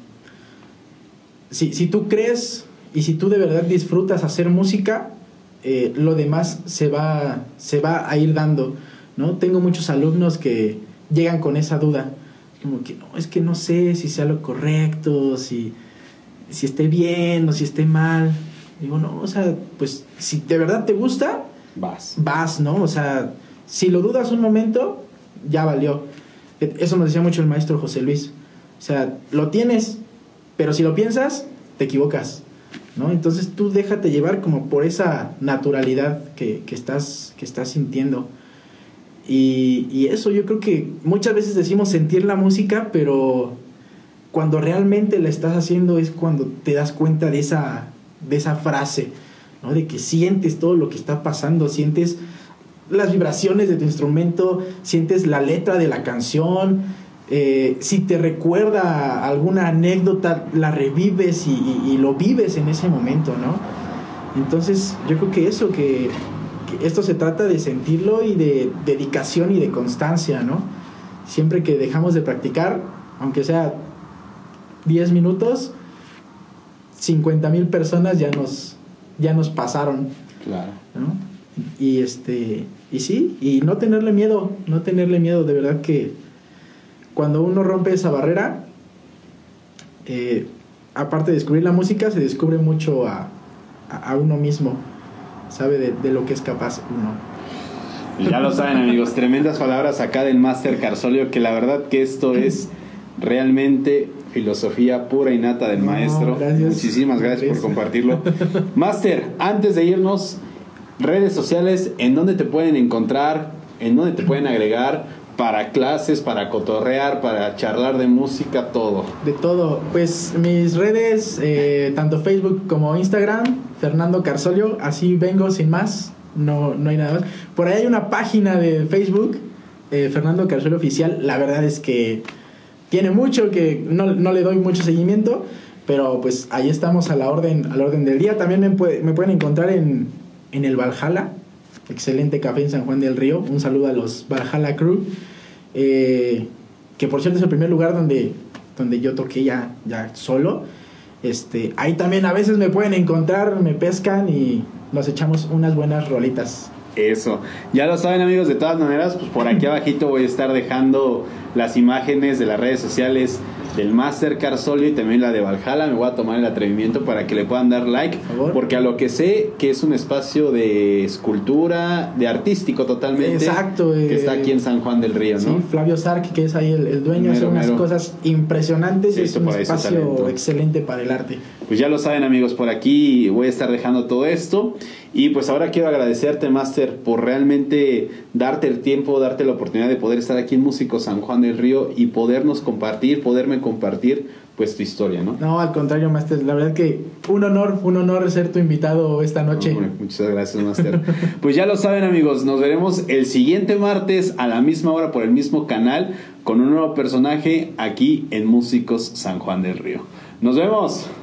si, si tú crees y si tú de verdad disfrutas hacer música, eh, lo demás se va, se va a ir dando, ¿no? Tengo muchos alumnos que llegan con esa duda. Como que no, es que no sé si sea lo correcto, si, si esté bien o si esté mal. Digo, no, o sea, pues si de verdad te gusta, vas. Vas, ¿no? O sea, si lo dudas un momento, ya valió. Eso nos decía mucho el maestro José Luis. O sea, lo tienes, pero si lo piensas, te equivocas, ¿no? Entonces tú déjate llevar como por esa naturalidad que, que, estás, que estás sintiendo. Y, y eso yo creo que muchas veces decimos sentir la música, pero cuando realmente la estás haciendo es cuando te das cuenta de esa, de esa frase, ¿no? De que sientes todo lo que está pasando, sientes las vibraciones de tu instrumento, sientes la letra de la canción, eh, si te recuerda alguna anécdota, la revives y, y, y lo vives en ese momento, ¿no? Entonces yo creo que eso, que... esto se trata de sentirlo y de dedicación y de constancia, ¿no? Siempre que dejamos de practicar, aunque sea diez minutos, cincuenta mil personas ya nos, ya nos pasaron. Claro. ¿No? Y, este, y sí, y no tenerle miedo, no tenerle miedo, de verdad que cuando uno rompe esa barrera, eh, aparte de descubrir la música, se descubre mucho a, a, a uno mismo. Sabe de, de lo que es capaz uno. Ya lo saben, amigos, tremendas palabras acá del Máster Carsolio, que la verdad que esto es realmente filosofía pura y nata del no, maestro. Gracias. Muchísimas gracias, gracias por compartirlo. Máster, antes de irnos, redes sociales, ¿en dónde te pueden encontrar? ¿En dónde te pueden agregar? para clases, para cotorrear, para charlar de música, todo. De todo. Pues mis redes, eh, tanto Facebook como Instagram, Fernando Carsolio, así vengo sin más, no, no hay nada más. Por ahí hay una página de Facebook, eh, Fernando Carsolio Oficial, la verdad es que tiene mucho que no, no le doy mucho seguimiento, pero pues ahí estamos a la orden, a la orden del día. También me, puede, me pueden encontrar en, en el Valhalla, excelente café en San Juan del Río. Un saludo a los Valhalla Crew, eh, que por cierto es el primer lugar donde, donde yo toqué ya, ya solo. Este, ahí también a veces me pueden encontrar, me pescan y nos echamos unas buenas rolitas. Eso, ya lo saben amigos, de todas maneras, pues por aquí abajito voy a estar dejando las imágenes de las redes sociales del Máster Carsolio y también la de Valhalla. Me voy a tomar el atrevimiento para que le puedan dar like, porque a lo que sé que es un espacio de escultura, de artístico totalmente. Exacto, que eh, está aquí en San Juan del Río, ¿no? Sí, Flavio Sark, que es ahí el, el dueño, hace unas mero. cosas impresionantes. Sí, es un espacio excelente para el arte. Pues ya lo saben amigos, por aquí voy a estar dejando todo esto. Y pues ahora quiero agradecerte, Máster, por realmente darte el tiempo, darte la oportunidad de poder estar aquí en Músicos San Juan del Río y podernos compartir, poderme compartir pues tu historia, ¿no? No, al contrario, Máster, la verdad que un honor, un honor ser tu invitado esta noche. No, muchas gracias, Máster. Pues ya lo saben amigos, nos veremos el siguiente martes a la misma hora por el mismo canal con un nuevo personaje aquí en Músicos San Juan del Río. ¡Nos vemos!